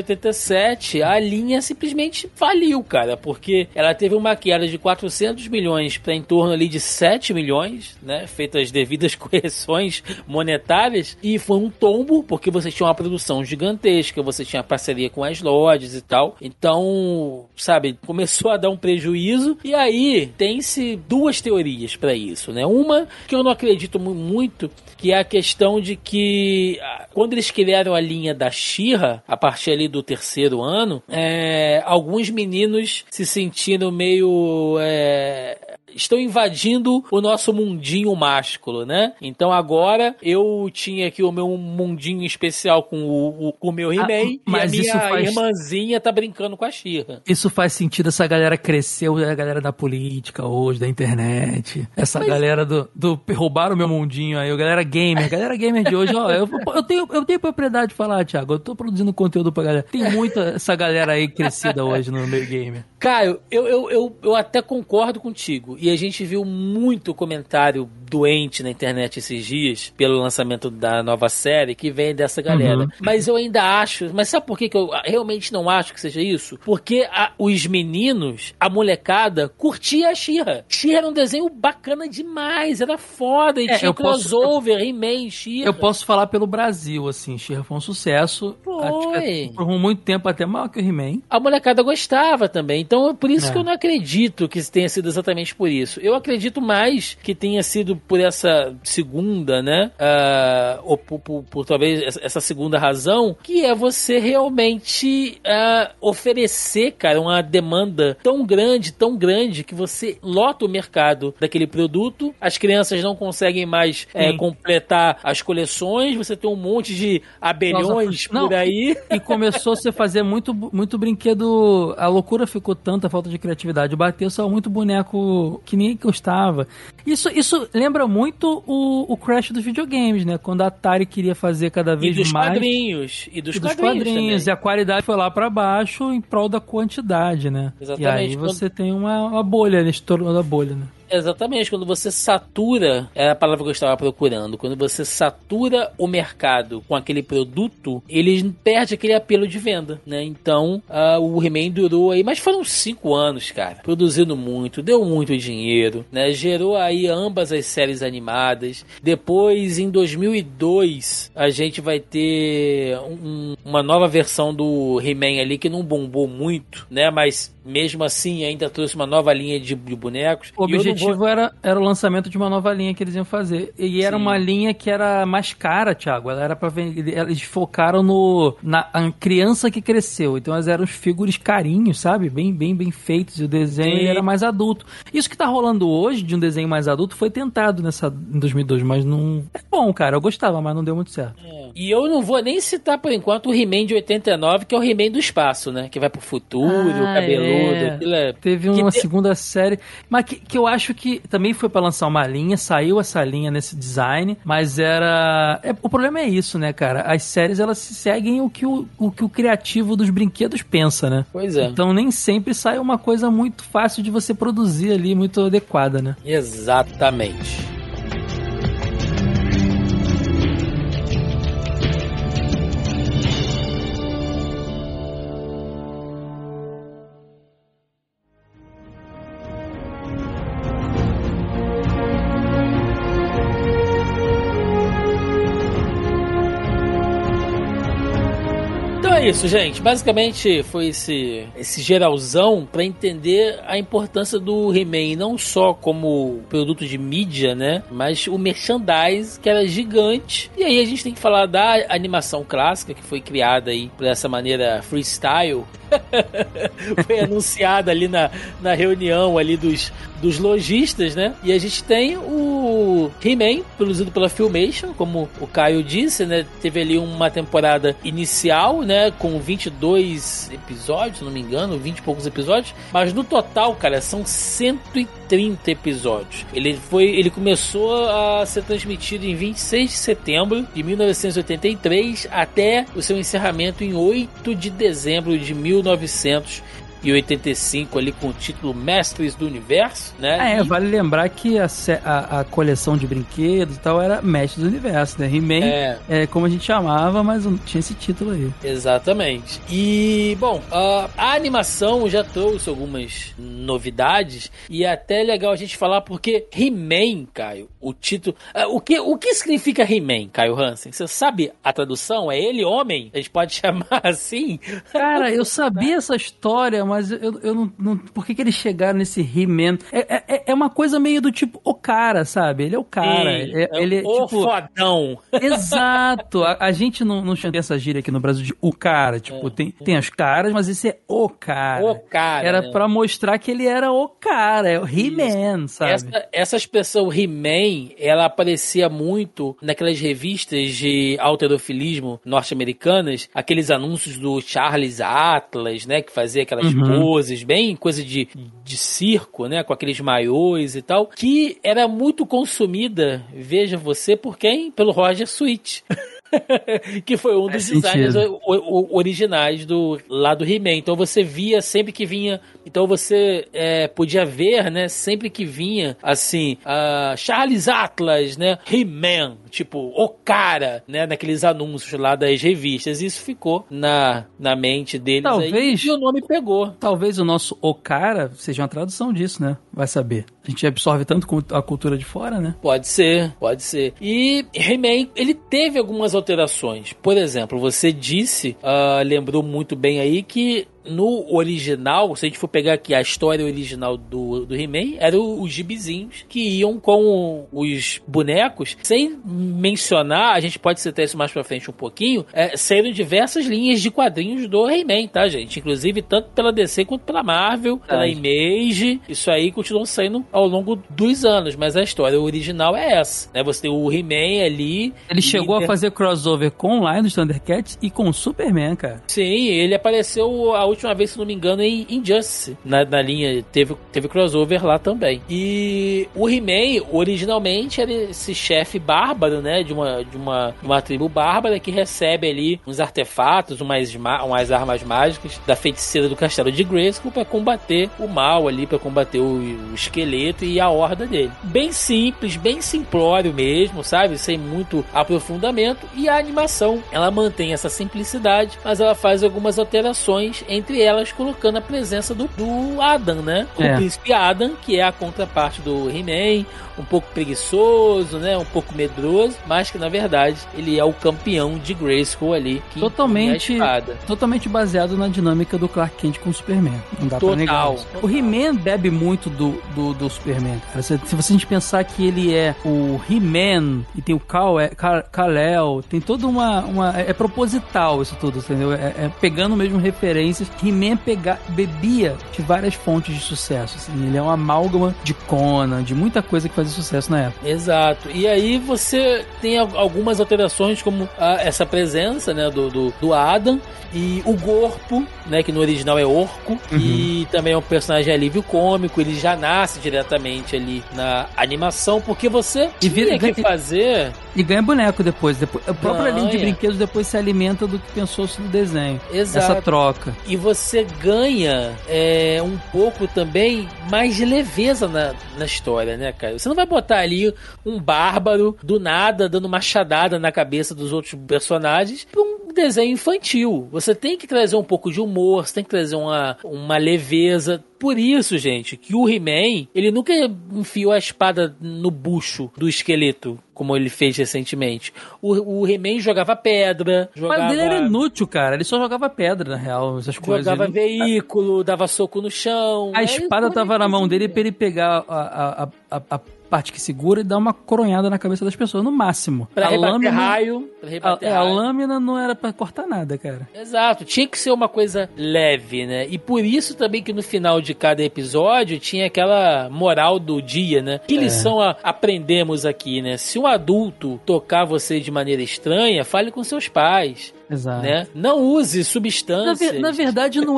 1987, a linha simplesmente faliu, cara, porque ela teve uma queda de 400 milhões para em torno ali de 7 milhões, né, feitas as devidas correções monetárias, e foi um tombo, porque você tinha uma produção gigantesca, você tinha parceria com as lojas e tal, então, sabe, começou a dar um prejuízo, e aí tem-se duas teorias para isso, né, uma que eu não acredito muito, que é a questão de que quando eles criaram a linha da She-Ra, a partir ali do terceiro ano, alguns meninos se sentiram meio... estão invadindo o nosso mundinho másculo, né? Então agora eu tinha aqui o meu mundinho especial com o meu He-Man, e a minha irmãzinha tá brincando com a She-Ra. Isso faz sentido, essa galera cresceu, a galera da política hoje, da internet, galera do roubaram o meu mundinho aí, a galera gamer de hoje, ó, eu tenho propriedade de falar, Thiago, eu tô produzindo conteúdo pra galera. Tem muita essa galera aí crescida hoje no meio gamer. Caio, eu até concordo contigo. E a gente viu muito comentário doente na internet esses dias pelo lançamento da nova série que vem dessa galera. Mas eu ainda acho... Mas sabe por que eu realmente não acho que seja isso? Porque os meninos, a molecada, curtia a She-Ra. She-Ra era um desenho bacana demais. Era foda. E tinha crossover, He-Man, She-Ra. Eu posso falar pelo Brasil, assim. She-Ra foi um sucesso. Foi. Por muito tempo até maior que o He-Man. A molecada gostava também. Então é por isso que eu não acredito que tenha sido exatamente por isso. Eu acredito mais que tenha sido por essa segunda, né? Ou por talvez essa segunda razão, que é você realmente oferecer, cara, uma demanda tão grande, que você lota o mercado daquele produto, as crianças não conseguem mais completar as coleções, você tem um monte de abelhões por aí. E começou a se fazer muito brinquedo, a loucura ficou tanta, falta de criatividade, bateu só muito boneco que ninguém gostava. Isso lembra muito o crash dos videogames, né? Quando a Atari queria fazer cada vez mais... E dos quadrinhos. E a qualidade foi lá pra baixo em prol da quantidade, né? Exatamente. E aí você tem uma bolha, né? Estouro da bolha, né? Exatamente, quando você satura, é a palavra que eu estava procurando, quando você satura o mercado com aquele produto, ele perde aquele apelo de venda, né? Então, o He-Man durou aí, mas foram 5 anos, cara, produzindo muito, deu muito dinheiro, né? Gerou aí ambas as séries animadas. Depois, em 2002, a gente vai ter uma nova versão do He-Man ali, que não bombou muito, né? Mas mesmo assim ainda trouxe uma nova linha de bonecos. O objetivo era o lançamento de uma nova linha que eles iam fazer. E era uma linha que era mais cara, Thiago. Ela era pra vender. Eles focaram na criança que cresceu. Então elas eram os figures carinhos, sabe? Bem feitos. E o desenho era mais adulto. Isso que tá rolando hoje de um desenho mais adulto foi tentado em 2002, mas não... É bom, cara. Eu gostava, mas não deu muito certo. E eu não vou nem citar por enquanto o He-Man de 89, que é o He-Man do espaço, né? Que vai pro futuro, cabeludo. Teve uma segunda série, mas que eu acho que também foi pra lançar uma linha, saiu essa linha nesse design, mas o problema é isso, né, cara? As séries, elas seguem o que o criativo dos brinquedos pensa, né? Pois é. Então nem sempre sai uma coisa muito fácil de você produzir ali, muito adequada, né? Exatamente. é isso, gente. Basicamente foi esse geralzão pra entender a importância do He-Man, não só como produto de mídia, né? Mas o merchandise, que era gigante. E aí a gente tem que falar da animação clássica, que foi criada aí por essa maneira freestyle. Foi anunciada ali na reunião ali dos lojistas, né? E a gente tem o He-Man, produzido pela Filmation, como o Caio disse, né? Teve ali uma temporada inicial, né? Com 22 episódios, se não me engano, 20 e poucos episódios. Mas no total, cara, são 130 episódios. Ele começou a ser transmitido em 26 de setembro de 1983 até o seu encerramento em 8 de dezembro de 1985, ali com o título Mestres do Universo, né? Vale lembrar que a coleção de brinquedos e tal era Mestres do Universo, né? He-Man é como a gente chamava, mas não tinha esse título aí. Exatamente. E, bom, a animação já trouxe algumas novidades e é até legal a gente falar porque He-Man, Caio, o título... O que significa He-Man, Caio Hansen? Você sabe a tradução? É ele, homem? A gente pode chamar assim? Cara, eu sabia essa história, mas eu não... Por que eles chegaram nesse He-Man? É uma coisa meio do tipo, o cara, sabe? Ele é o cara. Ele é o tipo... fodão. Exato. A gente não chama essa gíria aqui no Brasil de o cara. Tipo, tem as caras, mas esse é o cara. O cara. Era pra mostrar que ele era o cara. É o He-Man, sabe? Essa expressão He-Man, ela aparecia muito naquelas revistas de halterofilismo norte-americanas, aqueles anúncios do Charles Atlas, né? Que fazia aquelas poses, bem coisa de circo, né? Com aqueles maiôs e tal, que era muito consumida, veja você, por quem? Pelo Roger Sweet. Que foi um dos designers originais lá do He-Man. Então você via sempre que vinha... Então você podia ver, né? Sempre que vinha, assim, Charles Atlas, né? He-Man, tipo, o cara, né? Naqueles anúncios lá das revistas. Isso ficou na mente deles. Talvez, aí, e o nome pegou. Talvez o nosso o cara seja uma tradução disso, né? Vai saber. A gente absorve tanto a cultura de fora, né? Pode ser. E He-Man, ele teve algumas alterações. Por exemplo, você disse, lembrou muito bem aí que no original, se a gente for pegar aqui a história original do He-Man, eram os gibizinhos que iam com os bonecos, sem mencionar, a gente pode citar isso mais pra frente um pouquinho, saíram diversas linhas de quadrinhos do He-Man, tá, gente? Inclusive, tanto pela DC quanto pela Marvel, pela Image, isso aí continuou saindo ao longo dos anos, mas a história original é essa, né? Você tem o He-Man ali... Ele chegou a fazer crossover com o Lion dos Thundercats e com o Superman, cara. Sim, ele apareceu a última vez, se não me engano, em Injustice. Na linha, teve crossover lá também. E o He-Man, originalmente, era esse chefe bárbaro, né? De uma tribo bárbara que recebe ali uns artefatos, umas armas mágicas da feiticeira do castelo de Grayskull pra combater o mal ali, pra combater o esqueleto e a horda dele. Bem simples, bem simplório mesmo, sabe? Sem muito aprofundamento. E a animação, ela mantém essa simplicidade, mas ela faz algumas alterações, entre elas colocando a presença do Adam, né? O príncipe Adam, que é a contraparte do He-Man, um pouco preguiçoso, né? Um pouco medroso, mas que na verdade ele é o campeão de Grayskull ali, que totalmente baseado na dinâmica do Clark Kent com o Superman. Não dá pra negar isso. O He-Man bebe muito do Superman, cara. Se você pensar que ele é o He-Man e tem o Kal-El, tem toda uma é proposital isso tudo, entendeu? Pegando mesmo referências. He-Man bebia de várias fontes de sucesso, assim. Ele é uma amálgama de Conan, de muita coisa que fazia sucesso na época. Exato. E aí você tem algumas alterações, como essa presença, né, do Adam, e o Gorpo, né, que no original é Orco, que também é um personagem alívio cômico. Ele já nasce diretamente ali na animação, porque você tinha que fazer... E ganha boneco depois. A própria linha de brinquedos depois se alimenta do que pensou-se no desenho. Exato. Essa troca. E você ganha um pouco também mais de leveza na história, né, cara? Você não vai botar ali um bárbaro do nada dando machadada na cabeça dos outros personagens pra um desenho infantil. Você tem que trazer um pouco de humor, você tem que trazer uma leveza. Por isso, gente, que o He-Man, ele nunca enfiou a espada no bucho do esqueleto, como ele fez recentemente. O He-Man jogava pedra, Mas ele era inútil, cara. Ele só jogava pedra, na real, essas coisas. Jogava veículo, dava soco no chão. A espada tava na mão dele pra ele pegar a parte que segura e dar uma coronhada na cabeça das pessoas, no máximo. Pra rebater raio. A lâmina não era pra cortar nada, cara. Exato, tinha que ser uma coisa leve, né? E por isso também que no final de cada episódio tinha aquela moral do dia, né? Que lição aprendemos aqui, né? Se um adulto tocar você de maneira estranha, fale com seus pais. Exato. Né? Não use substâncias. Na verdade, não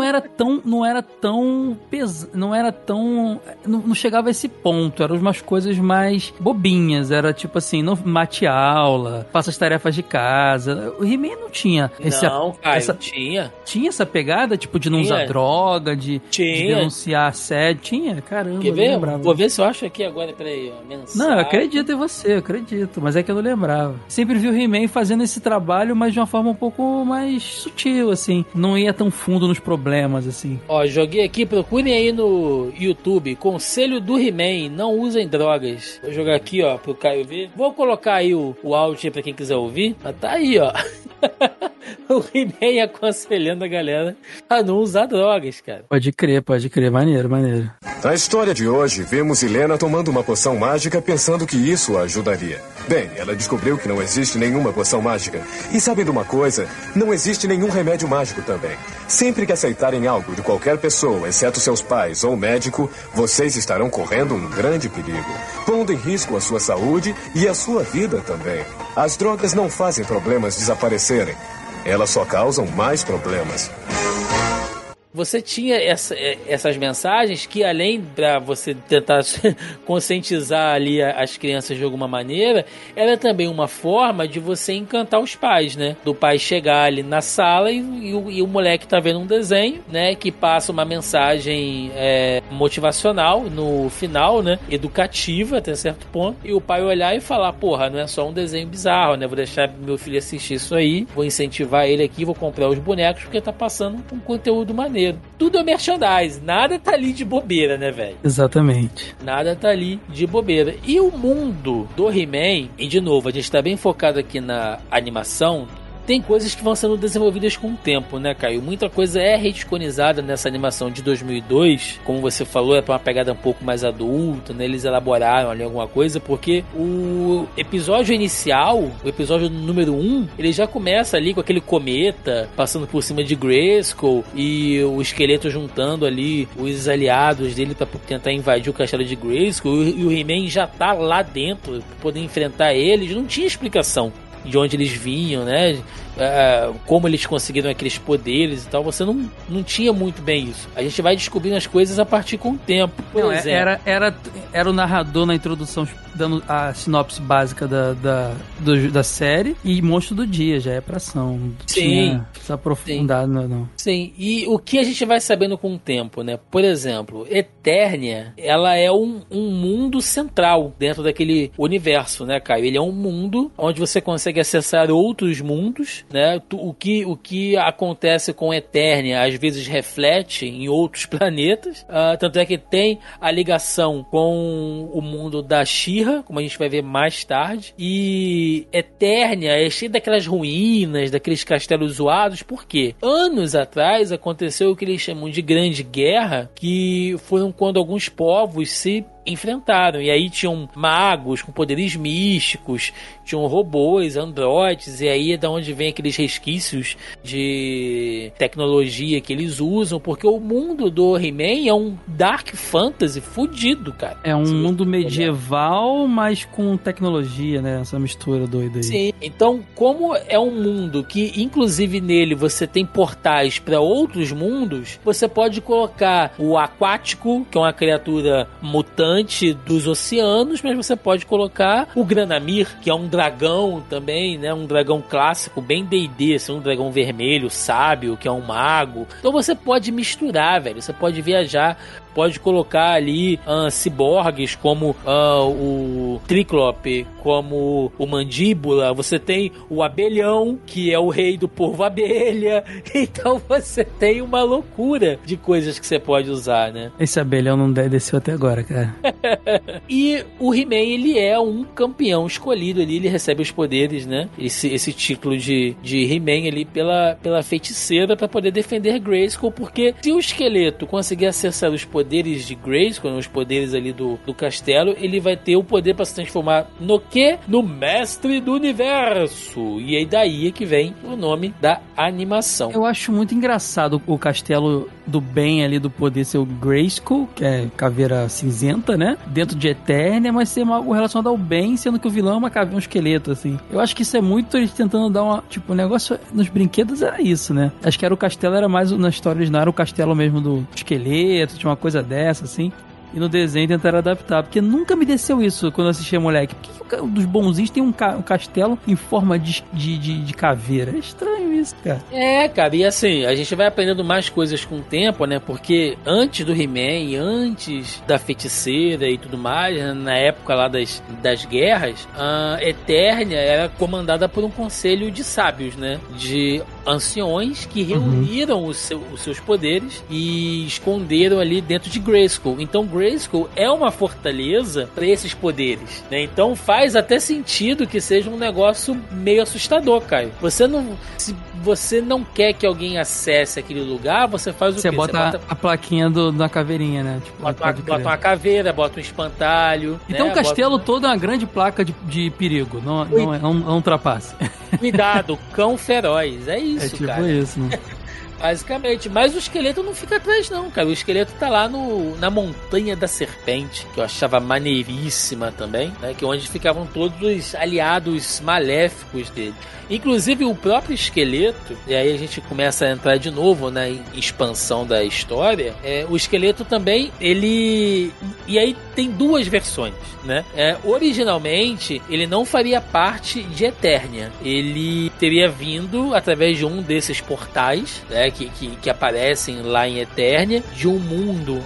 chegava a esse ponto. Eram umas coisas mais bobinhas. Era tipo assim, não mate aula, faça as tarefas de casa. O He-Man não tinha tinha. Tinha essa pegada, tipo, de não usar droga, de denunciar assédio. Tinha, caramba. Quer ver? Vou ver se eu acho aqui agora, peraí, mensagem. Não, eu acredito em você, eu acredito. Mas é que eu não lembrava. Sempre vi o He-Man fazendo esse trabalho, mas de uma forma um pouco mais sutil, assim. Não ia tão fundo nos problemas, assim. Ó, joguei aqui, procurem aí no YouTube, Conselho do He-Man, não usem drogas. Vou jogar aqui, ó, pro Caio ver. Vou colocar aí o áudio aí pra quem quiser ouvir. Mas tá aí, ó. O He-Man aconselhando a galera a não usar drogas, cara. Pode crer. Maneiro. Na história de hoje, vemos Helena tomando uma poção mágica pensando que isso a ajudaria. Bem, ela descobriu que não existe nenhuma poção mágica. E sabem de uma coisa? Não existe nenhum remédio mágico também. Sempre que aceitarem algo de qualquer pessoa, exceto seus pais ou médico, vocês estarão correndo um grande perigo, pondo em risco a sua saúde e a sua vida também. As drogas não fazem problemas desaparecerem. Elas só causam mais problemas. Você tinha essas mensagens que, além pra você tentar conscientizar ali as crianças de alguma maneira, era também uma forma de você encantar os pais, né? Do pai chegar ali na sala e o moleque tá vendo um desenho, né? Que passa uma mensagem motivacional no final, né? Educativa até certo ponto. E o pai olhar e falar, porra, não é só um desenho bizarro, né? Vou deixar meu filho assistir isso aí, vou incentivar ele aqui, vou comprar os bonecos porque tá passando um conteúdo maneiro. Tudo é merchandise, nada tá ali de bobeira, né, velho? Exatamente. Nada tá ali de bobeira. E o mundo do He-Man, e de novo, a gente tá bem focado aqui na animação, tem coisas que vão sendo desenvolvidas com o tempo, né, Caio? Muita coisa é retconizada nessa animação de 2002. Como você falou, é pra uma pegada um pouco mais adulta, né? Eles elaboraram ali alguma coisa, porque o episódio inicial, o episódio número 1, ele já começa ali com aquele cometa passando por cima de Grayskull e o esqueleto juntando ali os aliados dele pra tentar invadir o castelo de Grayskull, e o He-Man já tá lá dentro pra poder enfrentar eles. Não tinha explicação de onde eles vinham, né? Como eles conseguiram aqueles poderes e tal. Você não tinha muito bem isso. A gente vai descobrindo as coisas a partir com o tempo. Por exemplo, era o narrador na introdução dando a sinopse básica da série, e Monstro do Dia já é pra ação. Sim. Se aprofundar, não. Sim, e o que a gente vai sabendo com o tempo, né? Por exemplo, Eternia, ela é um mundo central dentro daquele universo, né, Caio? Ele é um mundo onde você consegue acessar outros mundos, né? O que acontece com Eternia às vezes reflete em outros planetas, tanto é que tem a ligação com o mundo da She-Ra, como a gente vai ver mais tarde. E Eternia é cheia daquelas ruínas, daqueles castelos zoados, porque anos atrás aconteceu o que eles chamam de Grande Guerra, que foram quando alguns povos se enfrentaram, e aí tinham magos com poderes místicos, tinham robôs, androides, e aí é da onde vem aqueles resquícios de tecnologia que eles usam, porque o mundo do He-Man é um dark fantasy fudido, cara. É um mundo medieval, mas com tecnologia, né? Essa mistura doida aí. Sim, então como é um mundo que, inclusive nele, você tem portais para outros mundos, você pode colocar o Aquático, que é uma criatura mutante dos oceanos, mas você pode colocar o Granamir, que é um dragão também, né? Um dragão clássico, bem D&D, assim, um dragão vermelho, sábio, que é um mago. Então você pode misturar, velho. Você pode viajar, pode colocar ali ciborgues como o Triclope, como o Mandíbula. Você tem o Abelhão, que é o rei do povo abelha. Então você tem uma loucura de coisas que você pode usar, né? Esse abelhão não desceu até agora, cara. E o He-Man, ele é um campeão escolhido ali, ele recebe os poderes, né? Esse título de He-Man ali pela feiticeira pra poder defender Grayskull, porque se o esqueleto conseguir acessar os poderes de Grayskull, os poderes ali do castelo, ele vai ter o poder pra se transformar no quê? No Mestre do Universo. E aí daí é que vem o nome da animação. Eu acho muito engraçado o castelo do bem ali, do poder ser o Grayskull, que é caveira cinzenta, né? Dentro de Eternia, mas ser algo relacionado ao bem, sendo que o vilão é uma caveira, um esqueleto, assim. Eu acho que isso é muito eles tentando dar uma... Tipo, o negócio nos brinquedos era isso, né? Acho que era o castelo, era mais... Na história original era o castelo mesmo do esqueleto, tinha uma coisa dessa, assim. E no desenho tentaram adaptar, porque nunca me desceu isso quando eu assistia moleque. Por que dos bonzinhos tem um castelo em forma de caveira? É estranho isso, cara. É, cara, e assim, a gente vai aprendendo mais coisas com o tempo, né? Porque antes do He-Man, antes da feiticeira e tudo mais, né? Na época lá das guerras, a Eternia era comandada por um conselho de sábios, né? De anciões que reuniram os seus poderes e esconderam ali dentro de Grayskull. Então Grayskull é uma fortaleza para esses poderes, né? Então faz até sentido que seja um negócio meio assustador, Caio. Se você não quer que alguém acesse aquele lugar, você faz o quê? Você bota a plaquinha da caveirinha, né? Tipo, bota uma caveira, bota um espantalho. Então né? o castelo todo é uma grande placa de perigo, não ultrapasse. Cuidado, cão feroz. É isso, é tipo cara. Isso, né? Basicamente, mas o esqueleto não fica atrás não, cara. O esqueleto tá lá na Montanha da Serpente, que eu achava maneiríssima também, né? Que é onde ficavam todos os aliados maléficos dele. Inclusive o próprio esqueleto, e aí a gente começa a entrar de novo na expansão da história, o esqueleto também, ele... E aí tem duas versões, né? Originalmente, ele não faria parte de Eternia. Ele teria vindo através de um desses portais, né? Que aparecem lá em Eternia, de um mundo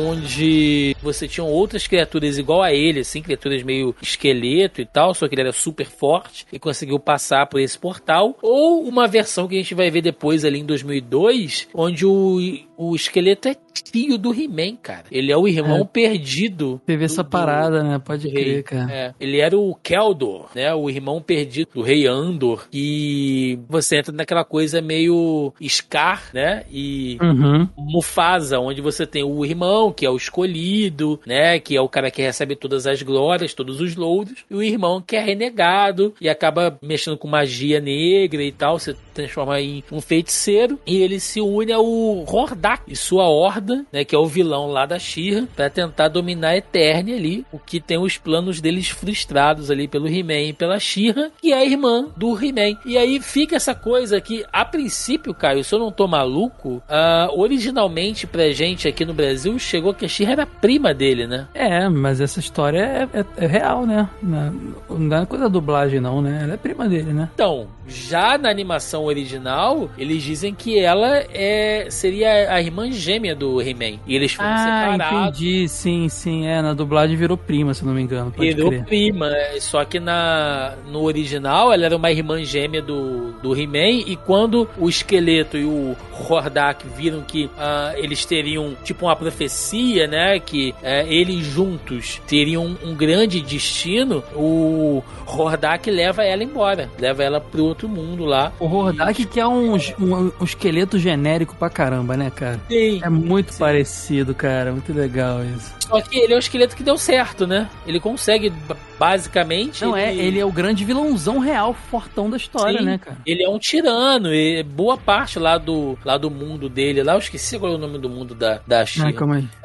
onde você tinha outras criaturas igual a ele, assim, criaturas meio esqueleto e tal, só que ele era super forte e conseguiu passar por esse portal, ou uma versão que a gente vai ver depois ali em 2002, onde o esqueleto é tio do He-Man, cara. Ele é o irmão perdido. Teve essa parada, né? Pode crer, cara. Ele era o Keldor, né? O irmão perdido do rei Andor. E você entra naquela coisa meio Scar, né? E Mufasa, onde você tem o irmão, que é o escolhido, né? Que é o cara que recebe todas as glórias, todos os louros. E o irmão que é renegado e acaba mexendo com magia negra e tal. Você transforma em um feiticeiro. E ele se une ao Hordak e sua horda, né, que é o vilão lá da She-Ra, pra tentar dominar a Eternia ali, o que tem os planos deles frustrados ali pelo He-Man e pela She-Ra, que é a irmã do He-Man. E aí fica essa coisa que, a princípio, Caio, se eu não tô maluco, originalmente pra gente aqui no Brasil, chegou que a She-Ra era prima dele, né? Mas essa história é real, né? Não é coisa da dublagem não, né? Ela é prima dele, né? Então, já na animação original, eles dizem que ela seria a irmã gêmea do He-Man. E eles foram separados. Entendi. Sim. Na dublagem virou prima, se não me engano. Virou prima. Só que no original, ela era uma irmã gêmea do He-Man. E quando o esqueleto e o Hordak viram que eles teriam tipo uma profecia, né? Que eles juntos teriam um grande destino, o Hordak leva ela embora. Leva ela pro outro mundo lá. O Hordak que é um esqueleto genérico pra caramba, né, cara? Sim. É muito parecido, cara. Muito legal isso. Só que ele é um esqueleto que deu certo, né? Ele consegue, basicamente... Ele é o grande vilãozão real, fortão da história, né, cara? Ele é um tirano. E boa parte lá do mundo dele, lá eu esqueci qual é o nome do mundo da She-Ra. Calma aí.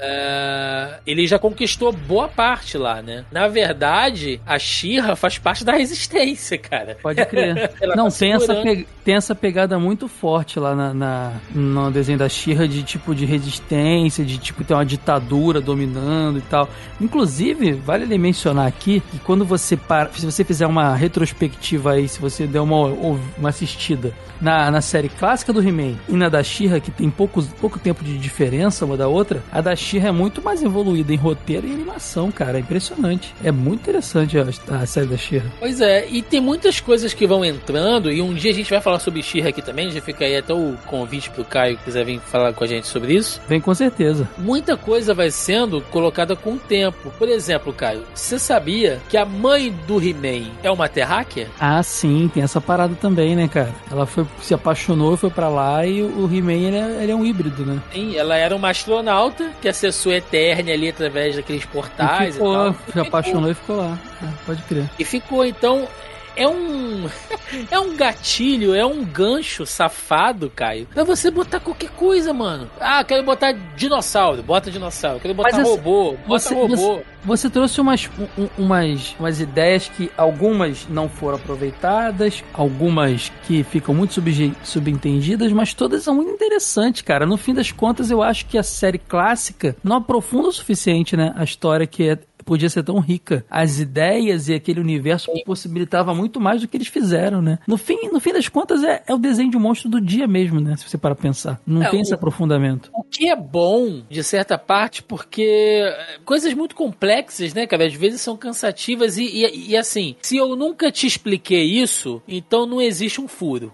Ele já conquistou boa parte lá, né? Na verdade, a She-Ra faz parte da resistência, cara. Pode crer. Não, tem essa pegada muito forte lá no desenho da She-Ra de tipo de resistência, de tipo ter uma ditadura dominando e tal. Inclusive, vale ele mencionar aqui, que quando você se você fizer uma retrospectiva aí, se você der uma assistida na série clássica do He-Man e na da She-Ra, que tem pouco tempo de diferença uma da outra, a da She-Ra é muito mais evoluída em roteiro e animação, cara. É impressionante. É muito interessante a série da She-Ra. Pois é, e tem muitas coisas que vão entrando, e um dia a gente vai falar sobre She-Ra aqui também, já fica aí até o convite pro Caio, que quiser vir falar com a gente sobre isso. Vem com certeza. Muita coisa vai sendo colocada com o tempo. Por exemplo, Caio, você sabia que a mãe do He-Man é uma terráquea? Ah, sim, tem essa parada também, né, cara? Ela se apaixonou e foi pra lá, e o He-Man, ele é um híbrido, né? Sim, ela era uma astronauta que acessou a Eternia ali através daqueles portais e tal. Se apaixonou e ficou lá. Pode crer. E ficou, então... É um gatilho, é um gancho safado, Caio, pra você botar qualquer coisa, mano. Ah, quero botar dinossauro, bota dinossauro. Quero botar robô, bota robô. Você trouxe umas ideias que algumas não foram aproveitadas, algumas que ficam muito subentendidas, mas todas são muito interessantes, cara. No fim das contas, eu acho que a série clássica não aprofunda o suficiente, né? A história que podia ser tão rica. As ideias e aquele universo possibilitava muito mais do que eles fizeram, né? No fim das contas, é o desenho de um monstro do dia mesmo, né? Se você parar pra pensar. Não tem esse aprofundamento. O que é bom, de certa parte, porque coisas muito complexas, né, cara? Às vezes são cansativas e assim, se eu nunca te expliquei isso, então não existe um furo.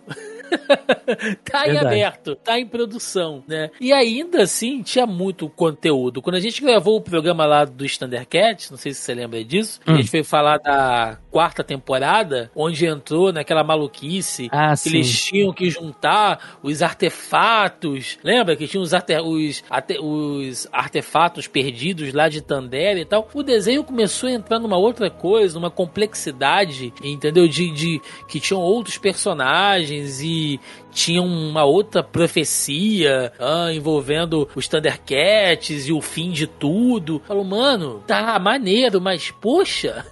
Tá em aberto, tá em produção, né? E ainda assim tinha muito conteúdo. Quando a gente gravou o programa lá do Thundercats, não sei se você lembra disso, a gente foi falar da 4ª temporada, onde entrou naquela maluquice que eles tinham que juntar os artefatos. Lembra que tinha os artefatos perdidos lá de Thundera e tal? O desenho começou a entrar numa outra coisa, numa complexidade, entendeu? De que tinham outros personagens e tinha uma outra profecia envolvendo os Thundercats e o fim de tudo. Falou, mano, tá maneiro, mas poxa,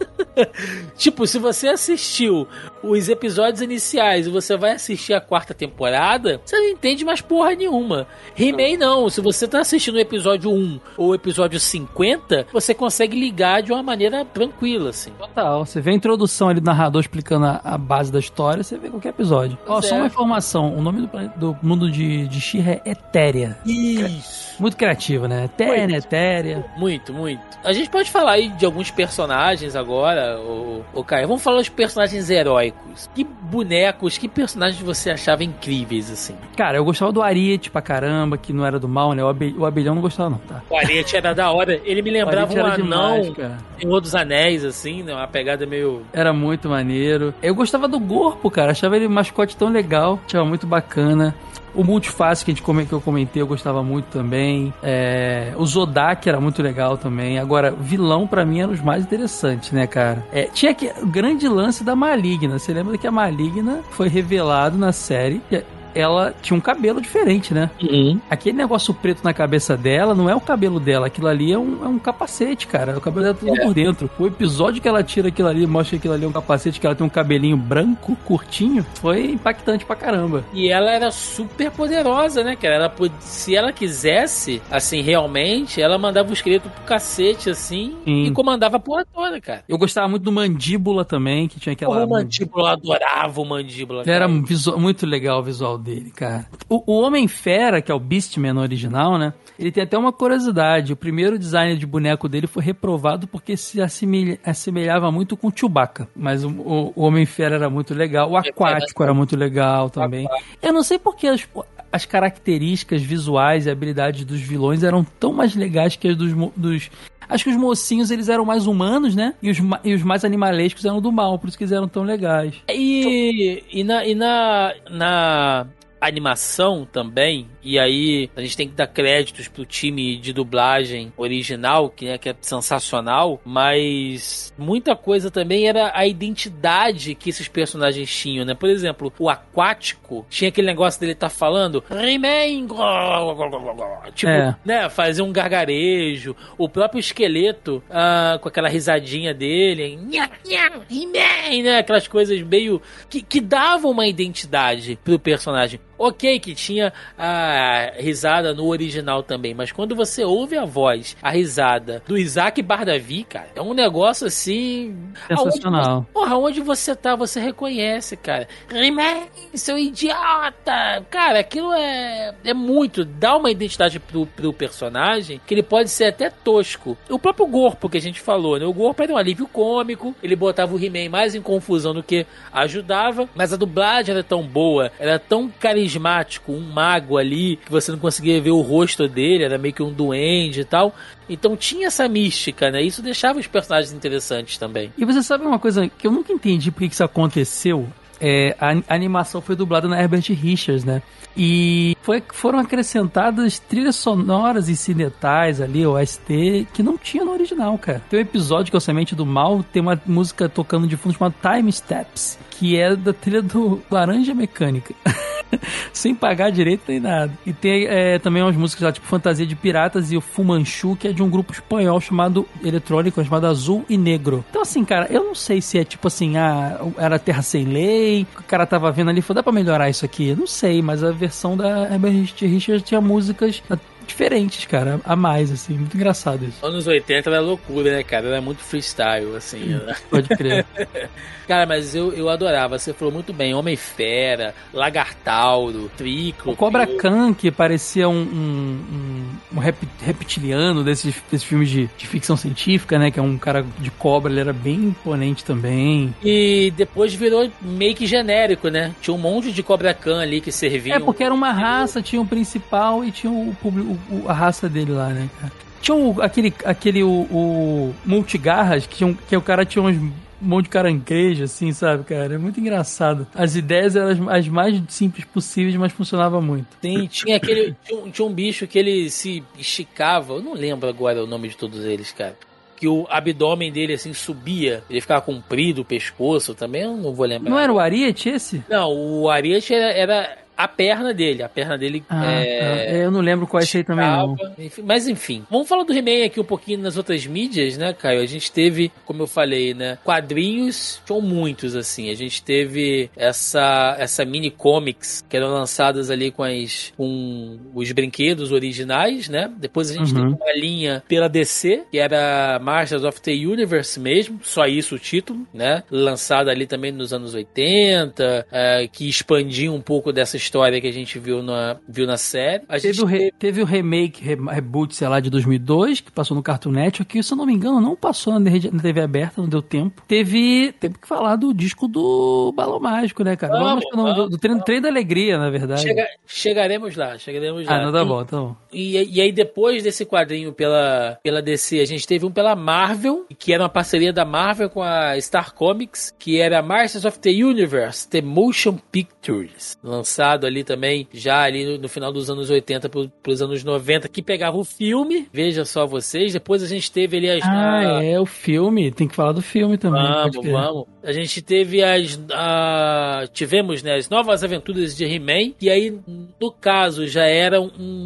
tipo, se você assistiu os episódios iniciais e você vai assistir a 4ª temporada, você não entende mais porra nenhuma. He-Man não, se você tá assistindo o episódio 1 ou o episódio 50, você consegue ligar de uma maneira tranquila, assim. Total, você vê a introdução ali do narrador explicando a base da história, você vê qualquer episódio. Só uma informação, o nome do mundo de She-Ra é Etéria. Isso. Muito criativo, né? Etéria. Muito. A gente pode falar aí de alguns personagens agora, ô Caio. Vamos falar dos personagens heróicos. Que bonecos, que personagens você achava incríveis, assim? Cara, eu gostava do Ariete pra caramba, que não era do mal, né? O Abelhão não gostava não, tá? O Ariete era da hora. Ele me lembrava um anão, Senhor dos Anéis, assim, né? Uma pegada meio... Era muito maneiro. Eu gostava do Gorpo, cara. Achava ele um mascote tão legal. Achava muito bacana. O Multiface que eu comentei, eu gostava muito também. O Zodak era muito legal também. Agora, vilão pra mim era os mais interessantes, né, cara? Tinha o grande lance da Maligna. Você lembra que a Maligna foi revelado na série... Ela tinha um cabelo diferente, né? Uhum. Aquele negócio preto na cabeça dela não é o cabelo dela. Aquilo ali é um capacete, cara. O cabelo dela tudo por dentro. O episódio que ela tira aquilo ali, mostra que aquilo ali é um capacete, que ela tem um cabelinho branco, curtinho, foi impactante pra caramba. E ela era super poderosa, né, cara? Se ela quisesse, assim, realmente, ela mandava o esqueleto pro cacete, assim, e comandava a porra toda, cara. Eu gostava muito do Mandíbula também, que tinha aquela... O Mandíbula, eu adorava o Mandíbula. Era muito legal o visual dele, cara. O Homem-Fera, que é o Beastman original, né? Ele tem até uma curiosidade. O primeiro design de boneco dele foi reprovado porque se assemelhava muito com o Chewbacca. Mas o Homem-Fera era muito legal. O Aquático era muito legal também. Eu não sei porque as características visuais e habilidades dos vilões eram tão mais legais que as dos... Acho que os mocinhos, eles eram mais humanos, né? E os mais animalescos eram do mal, por isso que eles eram tão legais. E na animação também, e aí a gente tem que dar créditos pro time de dublagem original, que é sensacional, mas muita coisa também era a identidade que esses personagens tinham, né? Por exemplo, o Aquático tinha aquele negócio dele estar falando He-Man, tipo, né, fazer um gargarejo. O próprio Esqueleto, com aquela risadinha dele, He-Man, né? Aquelas coisas meio que davam uma identidade pro personagem. Ok que tinha a risada no original também, mas quando você ouve a voz, a risada do Isaac Bardavi, cara, é um negócio assim... Sensacional. Onde você tá, você reconhece, cara. He-Man, seu idiota! Cara, aquilo é muito... Dá uma identidade pro personagem que ele pode ser até tosco. O próprio Gorpo que a gente falou, né? O Gorpo era um alívio cômico, ele botava o He-Man mais em confusão do que ajudava, mas a dublagem era tão boa, era tão carismático, um mago ali, que você não conseguia ver o rosto dele, era meio que um duende e tal. Então tinha essa mística, né? Isso deixava os personagens interessantes também. E você sabe uma coisa que eu nunca entendi por que isso aconteceu? A animação foi dublada na Herbert Richards, né? E foram acrescentadas trilhas sonoras incidentais ali, OST, que não tinha no original, cara. Tem um episódio que é o Semente do Mal, tem uma música tocando de fundo chamada Time Steps, que é da trilha do Laranja Mecânica. Sem pagar direito nem nada. E tem também umas músicas lá, tipo Fantasia de Piratas e o Fu Manchu, que é de um grupo espanhol eletrônico chamado Azul e Negro. Então assim, cara, eu não sei se é tipo assim, era Terra Sem Lei, o cara tava vendo ali, falou, dá pra melhorar isso aqui? Eu não sei, mas a versão da Herbert Richards tinha músicas diferentes, cara, a mais, assim, muito engraçado isso. Anos 80 era loucura, né, cara? Era muito freestyle, assim. Né? Pode crer. Cara, mas eu adorava, você falou muito bem, Homem-Fera, Lagartauro, Triclo. O Cobra Khan, que parecia um reptiliano desses filmes de ficção científica, né, que é um cara de cobra, ele era bem imponente também. E depois virou meio que genérico, né? Tinha um monte de Cobra Khan ali que serviam. Porque era uma raça, tinha o principal e tinha a raça dele lá, né, cara? Tinha o Multigarras, que o cara tinha um monte de caranguejo, assim, sabe, cara? É muito engraçado. As ideias eram as mais simples possíveis, mas funcionava muito. Sim, tinha um bicho que ele se esticava, eu não lembro agora o nome de todos eles, cara. Que o abdômen dele, assim, subia, ele ficava comprido, o pescoço também, eu não vou lembrar. Não era o Ariete esse? Não, o Ariete era a perna dele. Eu não lembro qual é esse aí também, não. Mas enfim, vamos falar do He-Man aqui um pouquinho nas outras mídias, né, Caio? A gente teve, como eu falei, né, quadrinhos, tinham muitos, assim. A gente teve essa mini comics que eram lançadas ali com os brinquedos originais, né? Depois a gente teve uma linha pela DC, que era Masters of the Universe mesmo, só isso o título, né? Lançada ali também nos anos 80, que expandia um pouco dessa história que a gente viu na série. Teve o reboot, sei lá, de 2002, que passou no Cartoon Network, que, se eu não me engano, não passou na TV aberta, não deu tempo. Teve que falar do disco do Balão Mágico, né, cara? Do Trem da Alegria, na verdade. Chegaremos lá. Não, tá bom. E aí, depois desse quadrinho pela DC, a gente teve um pela Marvel, que era uma parceria da Marvel com a Star Comics, que era Masters of the Universe, The Motion Pictures, lançado ali também, já ali no final dos anos 80 pros anos 90, que pegava o filme, veja só vocês, depois a gente teve ali o filme, tem que falar do filme também. Vamos. A gente teve tivemos, né, as novas aventuras de He-Man, e aí, no caso, já era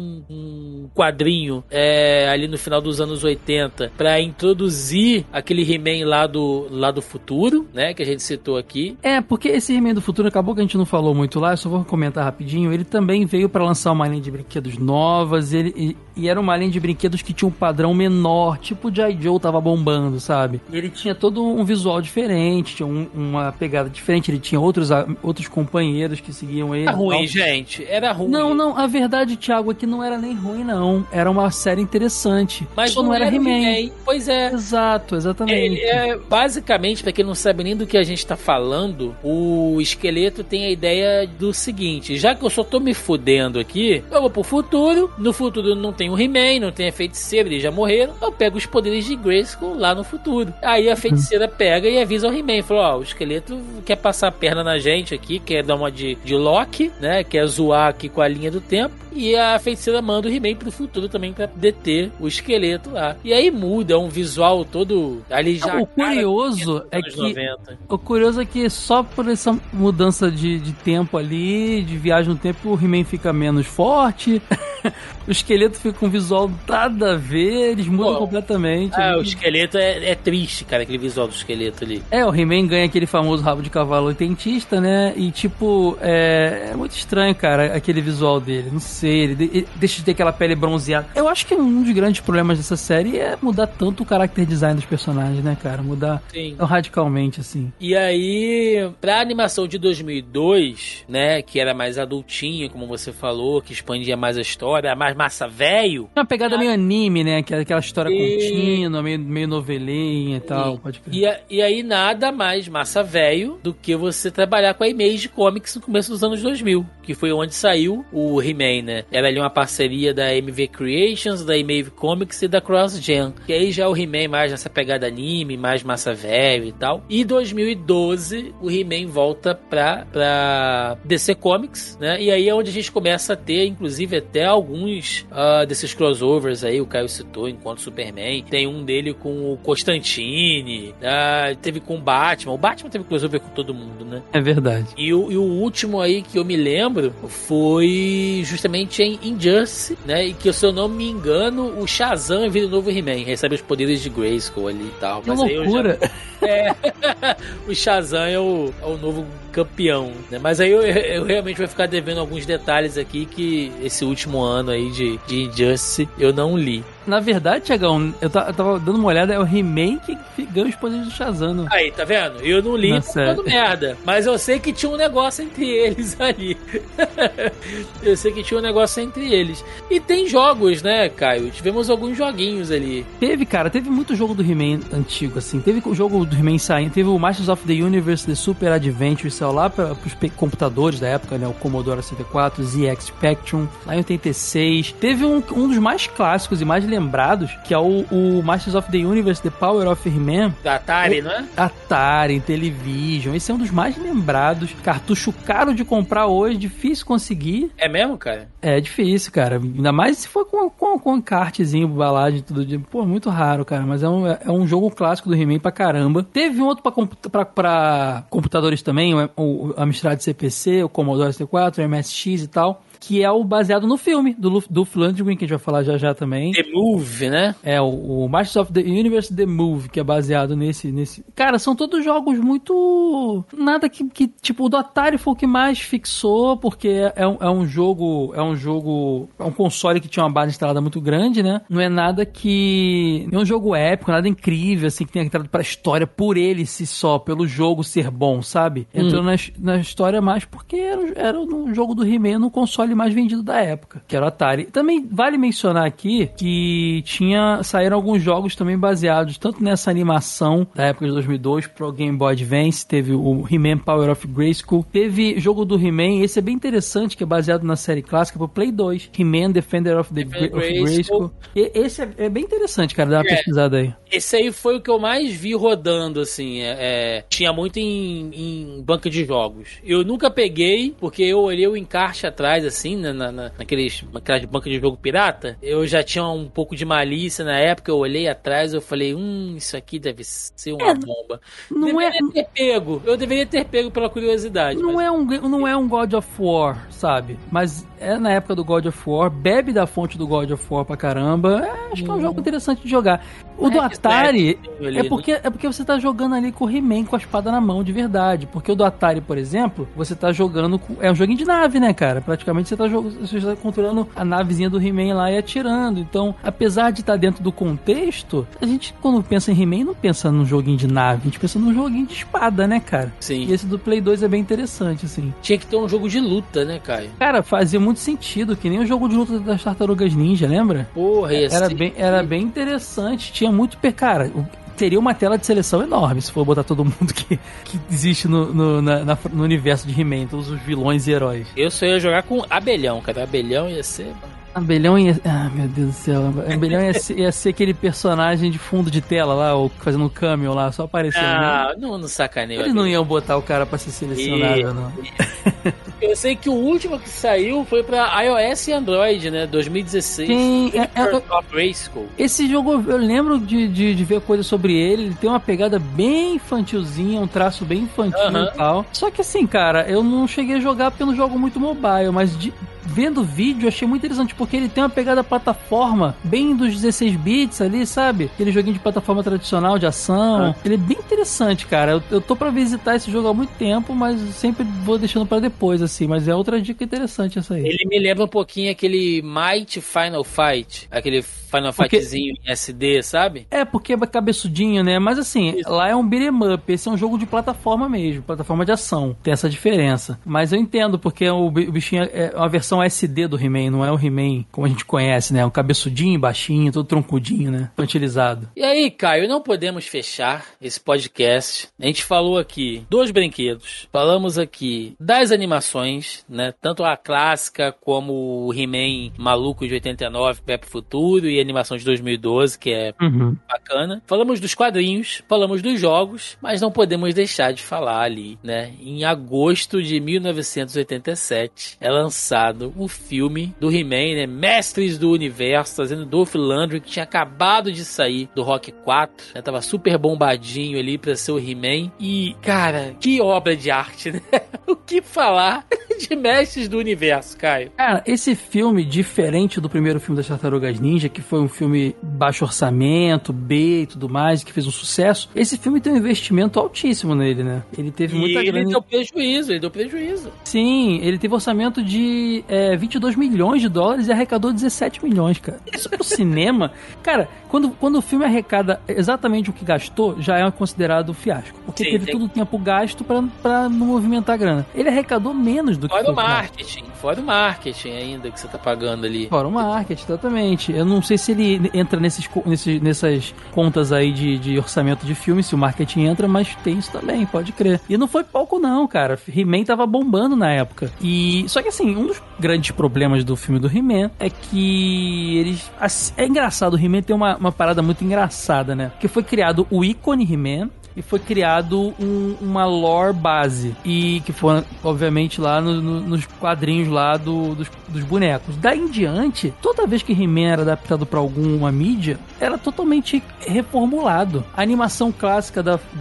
um quadrinho ali no final dos anos 80, para introduzir aquele He-Man lá do futuro, né, que a gente citou aqui. Porque esse He-Man do futuro, acabou que a gente não falou muito lá, eu só vou comentar rapidinho, ele também veio para lançar uma linha de brinquedos novas, e era uma linha de brinquedos que tinha um padrão menor, tipo o G.I. Joe tava bombando, sabe? E ele tinha todo um visual diferente, tinha uma pegada diferente, ele tinha outros companheiros que seguiam ele. Era ruim, gente, era ruim. Não, a verdade, Thiago, é que não era nem ruim, não. Era uma série interessante. Mas não era He-Man. Pois é. Exato, exatamente. Basicamente, pra quem não sabe nem do que a gente tá falando, o Esqueleto tem a ideia do seguinte: já que eu só tô me fudendo aqui, eu vou pro futuro. No futuro não tem o He-Man, não tem a feiticeira, eles já morreram. Eu pego os poderes de Grayskull lá no futuro. Aí a feiticeira pega e avisa o He-Man, falou: o Esqueleto quer passar a perna na gente aqui, quer dar uma de Loki, né, quer zoar aqui com a linha do tempo. E a feiticeira manda o He-Man pro futuro também pra deter o esqueleto lá. E aí muda, é um visual todo ali já. O curioso é que 90. O curioso é que só por essa mudança de tempo ali, de viagem no tempo, o He-Man fica menos forte. O esqueleto fica com um visual nada a ver, eles mudam completamente. O esqueleto é triste, cara, aquele visual do esqueleto ali. O He-Man ganha aquele famoso rabo de cavalo oitentista, né? E tipo, é muito estranho, cara, aquele visual dele. Não sei, ele deixa de ter aquela pele bronzeada. Eu acho que um dos grandes problemas dessa série é mudar tanto o character design dos personagens, né, cara? Mudar radicalmente, assim. E aí, pra animação de 2002, né, que era mais adultinha, como você falou, que expandia mais a história, mais massa velho. Uma pegada meio anime, né? Aquela história contínua, meio novelinha e tal. Pode crer. E aí nada mais massa velho do que você trabalhar com a Image Comics no começo dos anos 2000, que foi onde saiu o He-Man, né? Era ali uma parceria da MV Creations, da Image Comics e da Cross Gen. E aí já o He-Man mais nessa pegada anime, mais massa velho e tal. E 2012 o He-Man volta pra DC Comics, né? E aí é onde a gente começa a ter, inclusive, até alguns desses crossovers aí, o Caio citou, enquanto Superman. Tem um dele com o Constantine, teve com o Batman. O Batman teve crossover com todo mundo, né? É verdade. E o último aí que eu me lembro foi justamente em Injustice, né? E que, se eu não me engano, o Shazam vira o novo He-Man, recebe os poderes de Grayskull ali e tal. Que loucura! O Shazam é o novo campeão, né? Mas aí eu realmente vou ficar devendo alguns detalhes aqui que esse último ano aí de Injustice eu não li. Na verdade, Thiagão, eu tava dando uma olhada, é o He-Man que ganha os poderes do Shazam. Aí, tá vendo? Eu não li por merda, mas eu sei que tinha um negócio entre eles ali. Eu sei que tinha um negócio entre eles. E tem jogos, né, Caio? Tivemos alguns joguinhos ali. Teve muito jogo do He-Man antigo, assim. Teve o jogo do He-Man saindo, teve o Masters of the Universe, The Super Adventure, saiu lá pros computadores da época, né, o Commodore 64, ZX Spectrum, lá em 86. Teve um dos mais clássicos e mais lembrados, que é o Masters of the Universe, The Power of He-Man. Da Atari, não é? Atari, Intellivision. Esse é um dos mais lembrados. Cartucho caro de comprar hoje, difícil conseguir. É mesmo, cara? É difícil, cara. Ainda mais se for com encartezinho, embalagem, tudo. Pô, muito raro, cara. Mas é um jogo clássico do He-Man pra caramba. Teve um outro pra computadores também, o Amstrad CPC, o Commodore 64, o MSX e tal, que é o baseado no filme do Lundgren, que a gente vai falar já também. The Move, né? É, o Masters of the Universe The Move, que é baseado nesse... Cara, são todos jogos muito... Nada que tipo, o do Atari foi o que mais fixou, porque é um console que tinha uma base instalada muito grande, né? Não é nada que... Não é um jogo épico, nada incrível, assim, que tenha entrado pra história por ele só, pelo jogo ser bom, sabe? Entrou na história mais porque era um jogo do He-Man no console mais vendido da época, que era o Atari. Também vale mencionar aqui que saíram alguns jogos também baseados tanto nessa animação da época de 2002 pro Game Boy Advance, teve o He-Man Power of Grayskull, teve jogo do He-Man, esse é bem interessante, que é baseado na série clássica pro Play 2, He-Man Defender of Grayskull. E esse é bem interessante, cara, dá uma pesquisada aí. Esse aí foi o que eu mais vi rodando, assim, tinha muito em banca de jogos. Eu nunca peguei, porque eu olhei o encarte atrás, assim, naquelas bancas de jogo pirata, eu já tinha um pouco de malícia na época, eu olhei atrás, eu falei, isso aqui deve ser uma bomba. Eu deveria ter pego pela curiosidade. Não é um God of War, sabe? Mas é na época do God of War, bebe da fonte do God of War pra caramba, acho que é um jogo interessante de jogar. O do Atari é porque você tá jogando ali com o He-Man com a espada na mão de verdade. Porque o do Atari, por exemplo, você tá jogando é um joguinho de nave, né, cara? Praticamente você tá controlando a navezinha do He-Man lá e atirando. Então, apesar de estar dentro do contexto, a gente, quando pensa em He-Man, não pensa num joguinho de nave, a gente pensa num joguinho de espada, né, cara? Sim. E esse do Play 2 é bem interessante, assim. Tinha que ter um jogo de luta, né, Caio? Cara, fazia muito sentido, que nem o jogo de luta das Tartarugas Ninja, lembra? Porra, era bem interessante, tinha muito... Cara, teria uma tela de seleção enorme se for botar todo mundo que existe no universo de He-Man, todos os vilões e heróis. Eu só ia jogar com Abelhão, cara. Abelhão ia ser... Abelhão ia... Ah, meu Deus do céu. Abelhão ia ser aquele personagem de fundo de tela lá, ou fazendo um cameo lá, só aparecendo. Não sacaneio. Eles não iam botar o cara pra ser selecionado, não. Eu sei que o último que saiu foi pra iOS e Android, né? 2016. Sim, Grayskull. Esse jogo, eu lembro de ver coisas sobre ele. Ele tem uma pegada bem infantilzinha, um traço bem infantil e tal. Só que assim, cara, eu não cheguei a jogar porque eu não jogo muito mobile, mas vendo o vídeo, eu achei muito interessante, porque ele tem uma pegada plataforma bem dos 16 bits ali, sabe? Aquele joguinho de plataforma tradicional, de ação. Ele é bem interessante, cara. Eu tô pra visitar esse jogo há muito tempo, mas sempre vou deixando pra depois, assim. Mas é outra dica interessante essa aí. Ele me lembra um pouquinho aquele Might Final Fight, aquele Final Fightzinho em SD, sabe? É, porque é cabeçudinho, né? Mas assim, lá é um beat'em up. Esse é um jogo de plataforma mesmo, plataforma de ação. Tem essa diferença. Mas eu entendo, porque o bichinho é uma versão SD do He-Man, não é o He-Man como a gente conhece, né? Um cabeçudinho, baixinho, todo troncudinho, né? Infantilizado. E aí, Caio, não podemos fechar esse podcast. A gente falou aqui dos brinquedos, falamos aqui das animações, né? Tanto a clássica como o He-Man maluco de 89, Pé pro Futuro, e a animação de 2012, que é bacana. Falamos dos quadrinhos, falamos dos jogos, mas não podemos deixar de falar ali, né? Em agosto de 1987 é lançado o filme do He-Man, né? Mestres do Universo, trazendo Dolph Lundgren, que tinha acabado de sair do Rock 4, já tava super bombadinho ali pra ser o He-Man. E, cara, que obra de arte, né? O que falar de Mestres do Universo, Caio? Cara, esse filme, diferente do primeiro filme das Tartarugas Ninja, que foi um filme baixo orçamento, B e tudo mais, que fez um sucesso, esse filme tem um investimento altíssimo nele, né? Ele teve muita grana. Ele deu prejuízo. Sim, ele teve orçamento de 22 milhões de dólares e arrecadou 17 milhões, cara. Isso pro cinema, cara, quando o filme arrecada exatamente o que gastou, já é considerado um fiasco. Porque teve todo o tempo gasto pra não movimentar grana. Ele arrecadou menos do que fora o marketing. Fora o marketing ainda que você tá pagando ali. Fora o marketing, exatamente. Eu não sei se ele entra nessas contas aí de orçamento de filme, se o marketing entra, mas tem isso também, pode crer. E não foi pouco não, cara. He-Man tava bombando na época. Só que assim, um dos grandes problemas do filme do He-Man é que eles... É engraçado, o He-Man tem uma parada muito engraçada, né? Porque foi criado o ícone He-Man e foi criado uma lore base. E que foi, obviamente, lá nos quadrinhos lá dos bonecos. Daí em diante, toda vez que He-Man era adaptado para alguma mídia, era totalmente reformulado. A animação clássica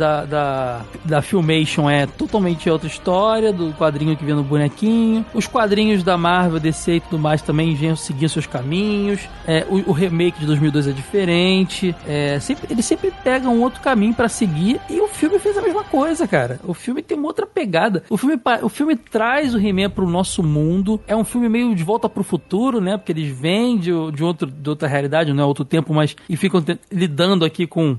da Filmation é totalmente outra história, do quadrinho que vem no bonequinho. Os quadrinhos da Marvel, DC e tudo mais também seguiam seus caminhos. O remake de 2002 é diferente. Eles sempre pegam um outro caminho para seguir. E o filme fez a mesma coisa, cara. O filme tem uma outra pegada. O filme traz o He-Man pro nosso mundo. É um filme meio de volta pro futuro, né? Porque eles vêm de outra realidade, não é outro tempo, mas e ficam lidando aqui com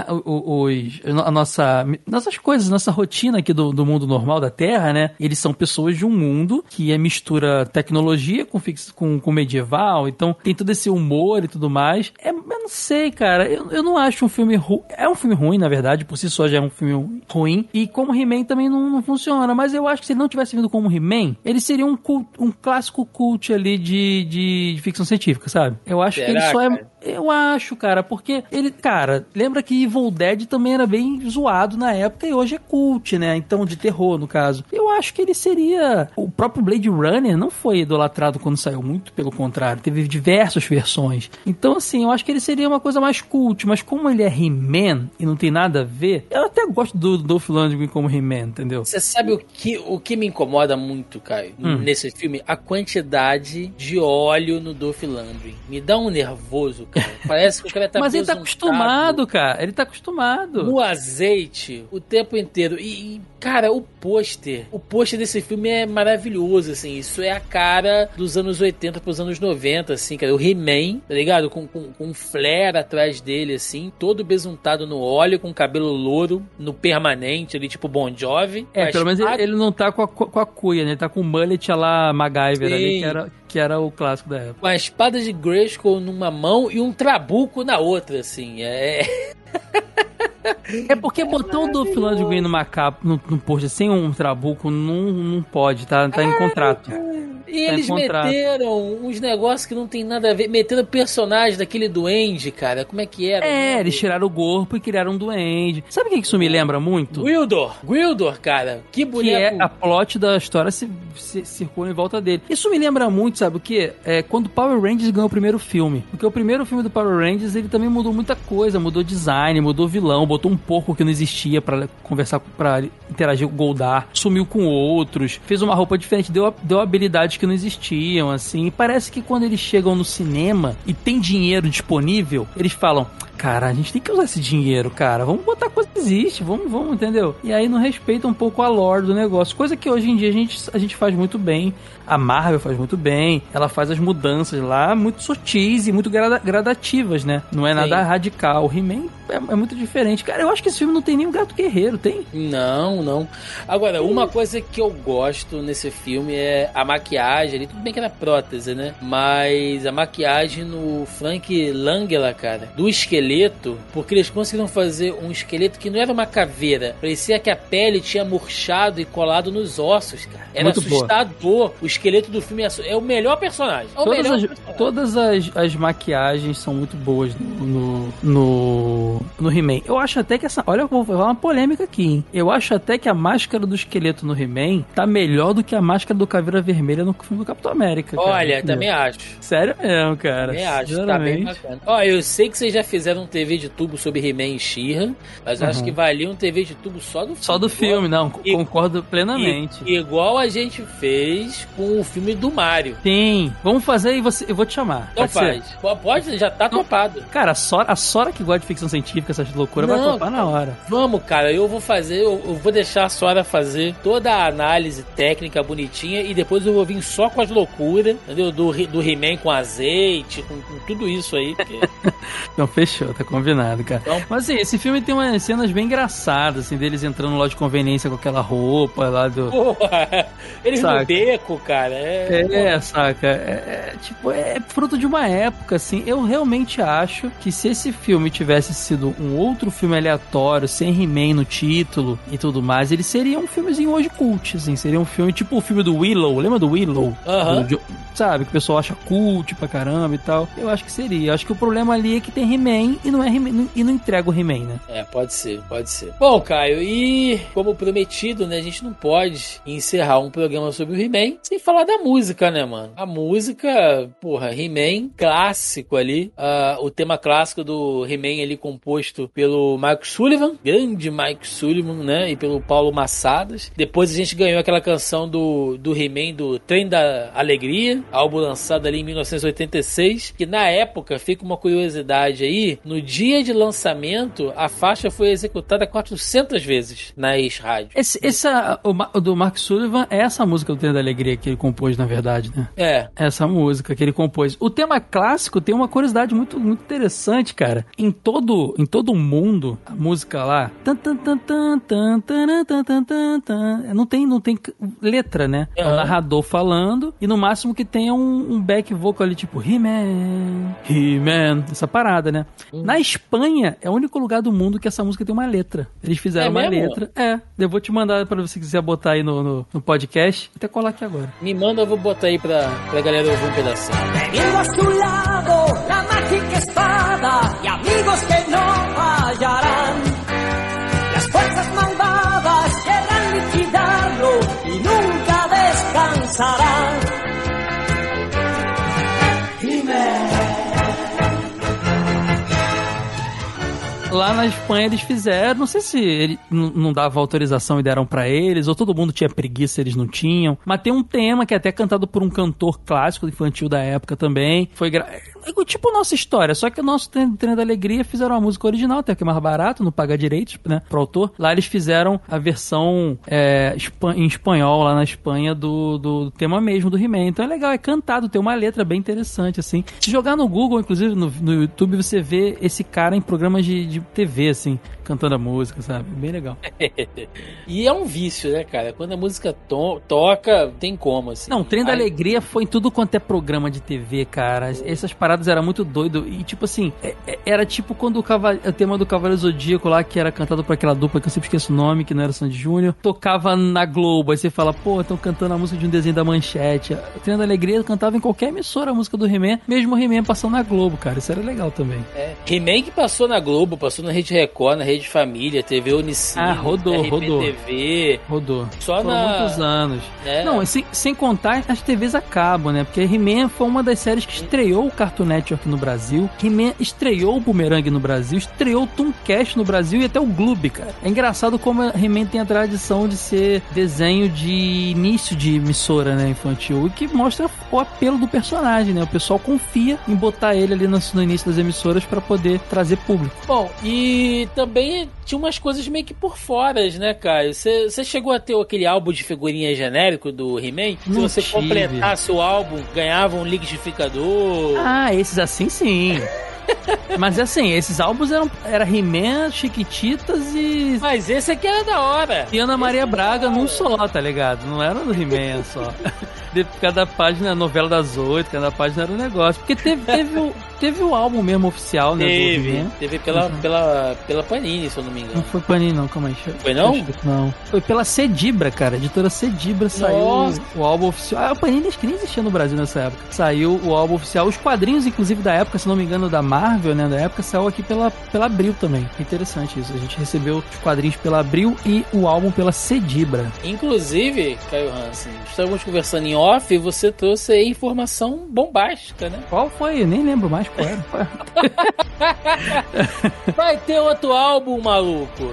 nossas coisas, nossa rotina aqui do mundo normal da Terra, né? Eles são pessoas de um mundo que mistura tecnologia com medieval, então tem todo esse humor e tudo mais. Eu não sei, cara, eu não acho um filme ruim. É um filme ruim, na verdade, por si só já é um filme ruim, e como He-Man também não funciona, mas eu acho que se ele não tivesse vindo como He-Man, ele seria um clássico cult ali de ficção científica, sabe? Eu acho que ele só é... Eu acho, cara, porque ele... Cara, lembra que Evil Dead também era bem zoado na época e hoje é cult, né? Então, de terror, no caso. Eu acho que ele seria... O próprio Blade Runner não foi idolatrado quando saiu, muito pelo contrário. Teve diversas versões. Então, assim, eu acho que ele seria uma coisa mais cult, mas como ele é He-Man e não tem nada a ver, eu até gosto do Dolph Lundgren como He-Man, entendeu? Você sabe o que me incomoda muito, Caio, nesse filme? A quantidade de óleo no Dolph Lundgren. Me dá um nervoso, cara. Parece que o cara tá mas ele tá acostumado, cara. Ele tá acostumado. No azeite o tempo inteiro. E cara, o pôster desse filme é maravilhoso, assim. Isso é a cara dos anos 80 pros anos 90, assim, cara. O He-Man, tá ligado? Com um flare atrás dele, assim, todo besuntado no óleo, com cabelo louro, no permanente ali, tipo Bon Jovi. Pelo menos ele não tá com a cuia, né? Ele tá com o mullet a lá MacGyver ali, que era o clássico da época. Com a espada de Grayskull numa mão e um trabuco na outra, assim. É porque botar o Dolph Lundgren numa capa, no post sem um trabuco, não pode, tá em contrato. E eles meteram uns negócios que não tem nada a ver. Meteram personagem daquele duende, cara. Como é que era? Eles tiraram o corpo e criaram um duende. Sabe o que isso me lembra muito? Gwildor, cara. Que boneco. Que é a plot da história se circula em volta dele. Isso me lembra muito, sabe o quê? Quando Power Rangers ganhou o primeiro filme. Porque o primeiro filme do Power Rangers, ele também mudou muita coisa. Mudou design, mudou vilão, botou um porco que não existia pra conversar, pra interagir com o Goldar. Sumiu com outros. Fez uma roupa diferente. Deu habilidades que não existiam, assim. E parece que quando eles chegam no cinema e tem dinheiro disponível, eles falam... Cara, a gente tem que usar esse dinheiro, cara. Vamos botar coisa que existe, vamos, entendeu? E aí não respeita um pouco a lore do negócio. Coisa que hoje em dia a gente faz muito bem. A Marvel faz muito bem. Ela faz as mudanças lá muito sutis e muito gradativas, né? Não é nada radical. O He-Man é muito diferente. Cara, eu acho que esse filme não tem nem um gato guerreiro, tem? Não. Agora, uma coisa que eu gosto nesse filme é a maquiagem ali. Tudo bem que era prótese, né? Mas a maquiagem no Frank Langella, cara, do esqueleto, porque eles conseguiram fazer um esqueleto que não era uma caveira. Parecia que a pele tinha murchado e colado nos ossos, cara. Era muito assustador. Boa. O esqueleto do filme é o melhor personagem. Todas as maquiagens são muito boas no He-Man. Eu acho até que olha, eu vou falar uma polêmica aqui, hein? Eu acho até que a máscara do esqueleto no He-Man tá melhor do que a máscara do Caveira Vermelha no filme do Capitão América. Cara. Olha, também acho. Sério mesmo, cara. Também acho. Tá bem bacana. Eu sei que vocês já fizeram um TV de tubo sobre He-Man e She-Ra, mas eu acho que valia um TV de tubo só do filme. Só do filme, não. Concordo plenamente. Igual a gente fez com o filme do Mario. Sim. Vamos fazer e eu vou te chamar. Então faz. Pode, já tá topado. Cara, a Sora que gosta de ficção científica, essas loucuras, vai topar na hora. Vamos, cara. Eu vou deixar a Sora fazer toda a análise técnica bonitinha e depois eu vou vir só com as loucuras, entendeu? Do He-Man com azeite, com tudo isso aí. Porque... Então fechou, tá combinado, cara. Então... Mas assim, esse filme tem umas cenas bem engraçadas, assim, deles entrando no loja de conveniência com aquela roupa lá do... Porra, eles no beco, cara. Saca? É fruto de uma época, assim. Eu realmente acho que se esse filme tivesse sido um outro filme aleatório, sem He-Man no título e tudo mais, ele seria um filmezinho hoje cult, assim. Seria um filme tipo o filme do Willow. Lembra do Willow? Sabe? Que o pessoal acha cult pra caramba e tal. Eu acho que seria. Eu acho que o problema ali é que tem He-Man e não é He-Man, e não entrega o He-Man, né? Pode ser. Bom, Caio, e como prometido, né, a gente não pode encerrar um programa sobre o He-Man sem falar da música, né, mano? A música, porra, He-Man, clássico ali, o tema clássico do He-Man ali composto pelo Mike Sullivan, grande Mike Sullivan, né, e pelo Paulo Massadas. Depois a gente ganhou aquela canção do He-Man do Trem da Alegria, álbum lançado ali em 1986, que na época, fica uma curiosidade aí, no dia de lançamento, a faixa foi executada 400 vezes nas rádios. O do Mark Sullivan é essa música do Trem da Alegria que ele compôs, na verdade, né? Essa música que ele compôs. O tema clássico tem uma curiosidade muito, muito interessante, cara. Em todo o mundo, a música lá, não tem letra, né? É o narrador falando e no máximo que tem um back vocal ali, tipo He-Man, essa parada, né? Na Espanha, é o único lugar do mundo que essa música tem uma letra. Eles fizeram uma letra. Eu vou te mandar pra você quiser botar aí no podcast. Vou até colar aqui agora. Me manda, eu vou botar aí pra galera ouvir um pedacinho. Teniendo a su lado la mágica espada y amigos que no fallarán. Las fuerzas malvadas querrán liquidarlo y nunca descansarán. Lá na Espanha eles fizeram, não sei se ele não dava autorização e deram pra eles, ou todo mundo tinha preguiça, eles não tinham, mas tem um tema que é até cantado por um cantor clássico infantil da época também, foi tipo nossa história, só que o nosso Trem da Alegria fizeram uma música original, até que é mais barato, não paga direitos, né, pro autor. Lá eles fizeram a versão em espanhol, lá na Espanha, do tema mesmo do He-Man. Então é legal, é cantado, tem uma letra bem interessante, assim. Se jogar no Google, inclusive no YouTube, você vê esse cara em programas de TV, assim, cantando a música, sabe? Bem legal. E é um vício, né, cara? Quando a música toca, tem como, assim. Não, o Trem da Alegria foi em tudo quanto é programa de TV, cara. Essas paradas eram muito doido. E, tipo assim, era tipo quando o tema do Cavaleiro Zodíaco lá, que era cantado por aquela dupla, que eu sempre esqueço o nome, que não era Sandy Júnior, tocava na Globo. Aí você fala, pô, estão cantando a música de um desenho da Manchete. O Trem da Alegria cantava em qualquer emissora a música do He-Man, mesmo o He-Man passando na Globo, cara. Isso era legal também. He-Man que passou na Globo, passou na Rede Record, na Rede Família, TV Unicine, rodou. TV. Rodou. Só foram muitos anos. Não, sem contar as TVs acabam, né? Porque He-Man foi uma das séries que estreou o Cartoon Network no Brasil. He-Man estreou o Boomerang no Brasil, estreou o Tooncast no Brasil e até o Gloob, cara. É engraçado como He-Man tem a tradição de ser desenho de início de emissora, né, infantil, e que mostra o apelo do personagem, né? O pessoal confia em botar ele ali no início das emissoras pra poder trazer público. Bom, e também tinha umas coisas meio que por fora, né, Caio? Você chegou a ter aquele álbum de figurinha genérico do He-Man? Se você completasse o álbum, ganhava um liquidificador. Ah, esses assim sim. Mas assim, esses álbuns era He-Man, Chiquititas e... Mas esse aqui era da hora. E Ana Maria Braga num só, tá ligado? Não era do He-Man só. Cada página, a novela das 8, cada página era um negócio. Porque teve o álbum mesmo oficial, né? Teve pela Panini, se eu não me engano. Não foi Panini, não, calma aí. Foi não? Não. Foi pela Cedibra, cara. A editora Cedibra saiu o álbum oficial. A Panini acho que nem existia no Brasil nessa época. Saiu o álbum oficial. Os quadrinhos, inclusive, da época, se não me engano, da Marvel, né? Da época, saiu aqui pela Abril também. Interessante isso. A gente recebeu os quadrinhos pela Abril e o álbum pela Cedibra. Inclusive, Caio Hansen, estávamos conversando em off e você trouxe aí informação bombástica, né? Qual foi? Eu nem lembro mais qual era. Vai ter outro álbum, maluco.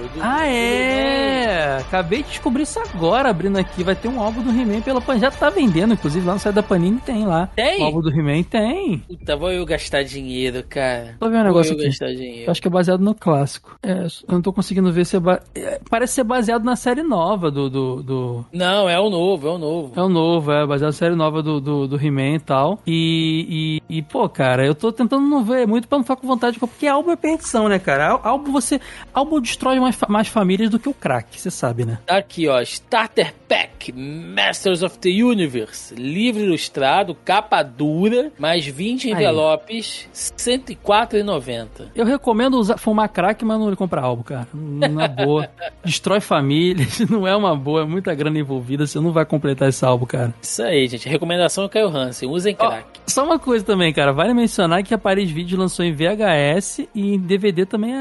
Acabei de descobrir isso agora, abrindo aqui. Vai ter um álbum do He-Man pela Panini. Já tá vendendo, inclusive, lá no site da Panini tem lá. Tem? O álbum do He-Man tem. Puta, vou eu gastar dinheiro, cara. Tô vendo um negócio aqui. Eu acho que é baseado no clássico. Eu não tô conseguindo ver se parece ser baseado na série nova do... Não, é o novo. É o novo, baseado na série nova do He-Man e tal. E, pô, cara, eu tô tentando não ver muito pra não ficar com vontade, porque álbum é perdição, né, cara? Álbum destrói mais famílias do que o crack, você sabe, né? Aqui, ó, Starter Pack, Masters of the Universe, livro ilustrado, capa dura, mais 20 envelopes, R$104,90. Eu recomendo fumar crack, mas não comprar álbum, cara. Na boa. Destrói famílias, não é uma boa, é muita grana envolvida, você não vai completar esse álbum, cara. Isso aí, gente. Recomendação é Caio Hansen, usem crack. Só uma coisa também, cara, vale mencionar que a Paris Video lançou em VHS e em DVD também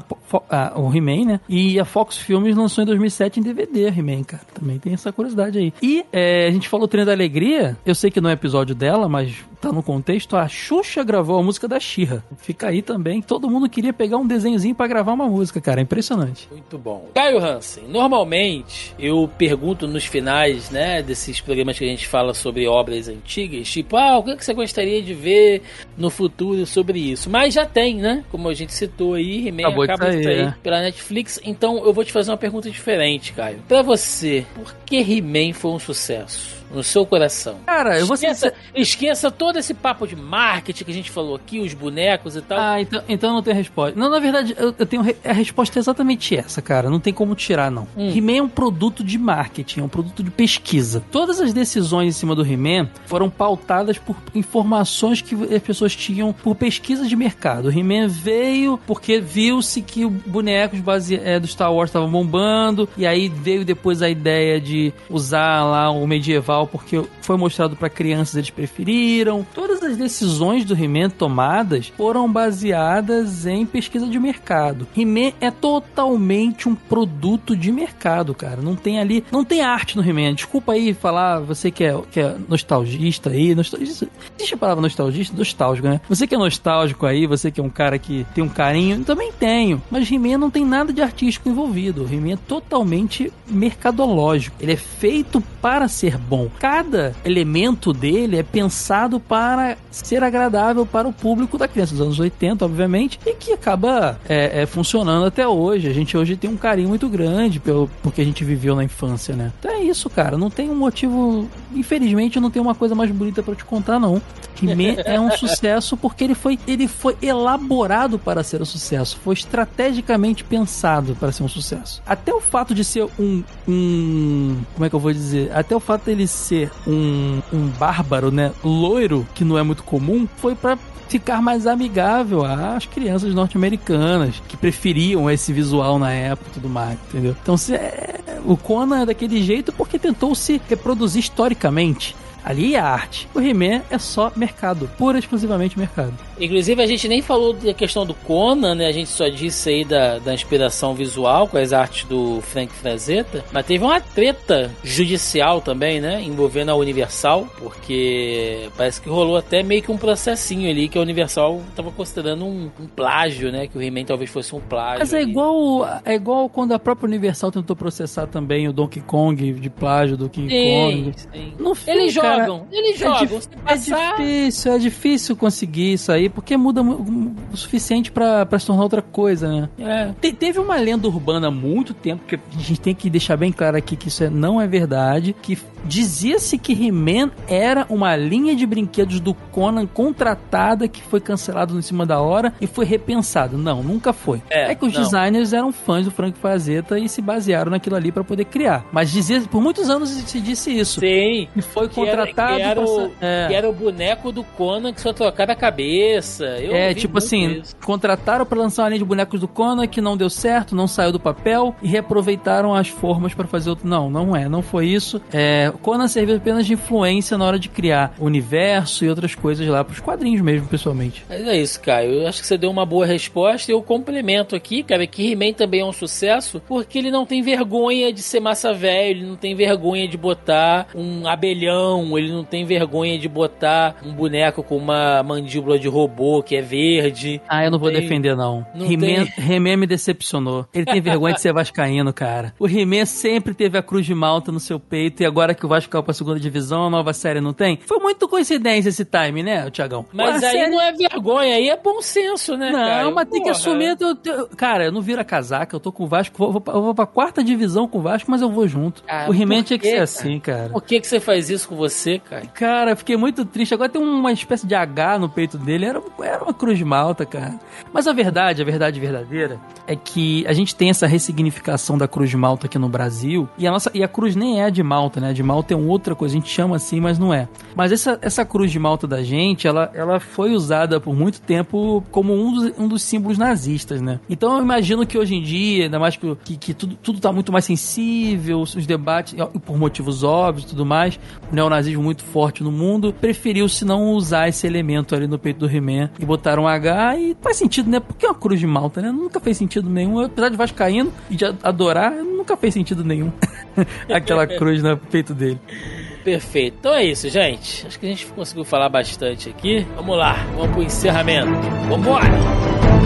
o He-Man, né? E a Fox Filmes lançou em 2007 em DVD, He-Man, cara. Também tem essa curiosidade aí. E a gente falou Trem da Alegria, eu sei que não é episódio dela, mas tá no contexto, a Xuxa gravou a música da She-Ra. Fica aí também, todo mundo queria pegar um desenhozinho pra gravar uma música, cara, é impressionante. Muito bom. Caio Hansen, normalmente eu pergunto nos finais, né, desses programas que a gente fala sobre obras antigas, tipo, o que você gostaria de ver no futuro sobre isso? Mas já tem, né? Como a gente citou aí, He-Man acaba de sair pela Netflix, então eu vou te fazer uma pergunta diferente, Caio. Pra você, por que He-Man foi um sucesso? No seu coração. Cara, eu vou esqueça todo esse papo de marketing que a gente falou aqui, os bonecos e tal. Então não tem resposta. Não, na verdade, eu tenho a resposta é exatamente essa, cara. Não tem como tirar, não. He-Man é um produto de marketing, é um produto de pesquisa. Todas as decisões em cima do He-Man foram pautadas por informações que as pessoas tinham por pesquisa de mercado. O He-Man veio porque viu-se que bonecos do Star Wars estavam bombando, e aí veio depois a ideia de usar lá o medieval porque foi mostrado para crianças, eles preferiram. Todas as decisões do He-Man tomadas foram baseadas em pesquisa de mercado. He-Man é totalmente um produto de mercado, cara. Não tem arte no He-Man. Desculpa aí falar, você que é nostalgista aí, existe a palavra nostalgista? Nostálgico, né? Você que é nostálgico aí, você que é um cara que tem um carinho, eu também tenho. Mas He-Man não tem nada de artístico envolvido. O He-Man é totalmente mercadológico. Ele é feito para ser bom. Cada elemento dele é pensado para ser agradável para o público da criança dos anos 80, obviamente, e que acaba funcionando até hoje. A gente hoje tem um carinho muito grande porque a gente viveu na infância, né? Então é isso, cara. Não tem um motivo infelizmente eu não tenho uma coisa mais bonita pra te contar, não. He-Man é um sucesso porque ele foi elaborado para ser um sucesso. Foi estrategicamente pensado para ser um sucesso. Até o fato de ser como é que eu vou dizer? Até o fato dele ser um bárbaro, né? Loiro, que não é muito comum, foi pra ficar mais amigável às crianças norte-americanas que preferiam esse visual na época e tudo mais, entendeu? Então o Conan é daquele jeito porque tentou se reproduzir historicamente. Ali é a arte. O He-Man é só mercado, pura e exclusivamente mercado. Inclusive, a gente nem falou da questão do Conan, né? A gente só disse aí da inspiração visual com as artes do Frank Frazetta, mas teve uma treta judicial também, né? Envolvendo a Universal, porque parece que rolou até meio que um processinho ali que a Universal estava considerando um plágio, né? Que o He-Man talvez fosse um plágio. Mas é igual quando a própria Universal tentou processar também o Donkey Kong de plágio do King Kong. Sim. No fim, eles jogam. É difícil conseguir isso aí, porque muda o suficiente pra se tornar outra coisa, né? Teve uma lenda urbana há muito tempo, que a gente tem que deixar bem claro aqui que isso não é verdade, que dizia-se que He-Man era uma linha de brinquedos do Conan contratada que foi cancelado em cima da hora e foi repensado. Não, nunca foi. É que os designers eram fãs do Frank Frazetta e se basearam naquilo ali pra poder criar. Mas por muitos anos se disse isso. Sim. E foi contratado que era o boneco do Conan que só trocava a cabeça. Tipo assim, contrataram pra lançar uma linha de bonecos do Conan que não deu certo, não saiu do papel e reaproveitaram as formas pra fazer outro. Não foi isso. O Conan serviu apenas de influência na hora de criar o universo e outras coisas lá pros quadrinhos mesmo, pessoalmente. Mas é isso, Caio. Eu acho que você deu uma boa resposta e eu complemento aqui, cara, que He-Man também é um sucesso porque ele não tem vergonha de ser massa velho, ele não tem vergonha de botar um abelhão, ele não tem vergonha de botar um boneco com uma mandíbula de robô que é verde. Eu não vou defender, não. He-Man me decepcionou. Ele tem vergonha de ser vascaíno, cara. O He-Man sempre teve a Cruz de Malta no seu peito e agora que o Vasco caiu pra segunda divisão, a nova série não tem? Foi muito coincidência esse time, né, Thiagão? Mas aí não é vergonha, aí é bom senso, né, cara? Não, mas tem que assumir... Cara, eu não viro a casaca, eu tô com o Vasco, eu vou pra quarta divisão com o Vasco, mas eu vou junto. O He-Man tinha que ser assim, cara. Por que você faz isso com você, cara? Cara, eu fiquei muito triste. Agora tem uma espécie de H no peito dele. Era uma cruz de malta, cara. Mas a verdade verdadeira é que a gente tem essa ressignificação da cruz de malta aqui no Brasil. E a cruz nem é de malta, né? De malta é outra coisa. A gente chama assim, mas não é. Mas essa cruz de malta da gente, ela foi usada por muito tempo como um dos símbolos nazistas, né? Então eu imagino que hoje em dia, ainda mais que tudo tá muito mais sensível, os debates, por motivos óbvios e tudo mais, o neonazismo muito forte no mundo, preferiu-se não usar esse elemento ali no peito do He-Man e botaram um H e faz sentido, né? Porque é uma cruz de malta, né? Nunca fez sentido nenhum. Apesar de vascaíno e de adorar, nunca fez sentido nenhum aquela cruz no peito dele. Perfeito. Então é isso, gente. Acho que a gente conseguiu falar bastante aqui. Vamos lá, vamos pro encerramento. Vambora!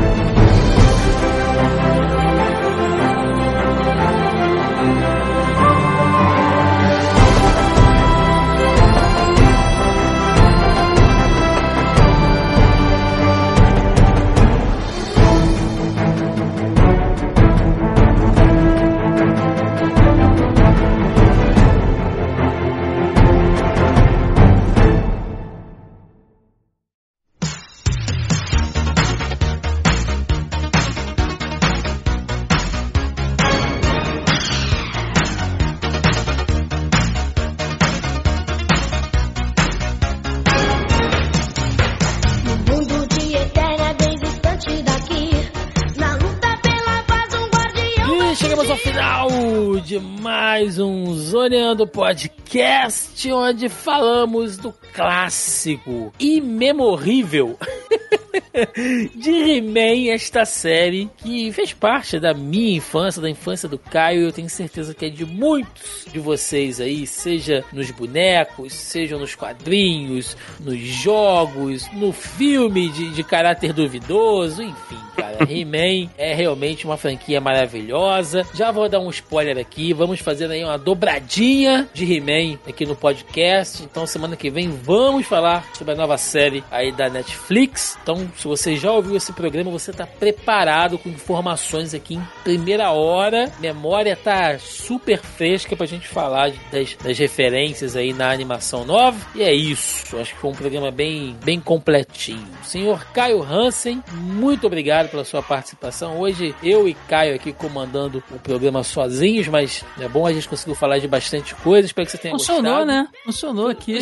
Chegamos ao final de mais um Zoneando Podcast, onde falamos do clássico imemorrível de He-Man, esta série que fez parte da minha infância, da infância do Caio, e eu tenho certeza que é de muitos de vocês aí, seja nos bonecos, seja nos quadrinhos, nos jogos, no filme de caráter duvidoso, enfim, cara. He-Man é realmente uma franquia maravilhosa. Já vou dar um spoiler aqui, vamos fazer aí uma dobradinha de He-Man aqui no podcast. Então semana que vem vamos falar sobre a nova série aí da Netflix. Então se você já ouviu esse programa, você tá preparado com informações aqui em primeira hora. Memória tá super fresca pra gente falar das referências aí na animação nova. E é isso, acho que foi um programa bem completinho. Senhor Caio Hansen, muito obrigado pela sua participação. Hoje eu e Caio aqui comandando o programa sozinhos, mas é bom, a gente conseguiu falar de bastante coisa. Espero que você tenha gostado. Funcionou, né? Funcionou aqui.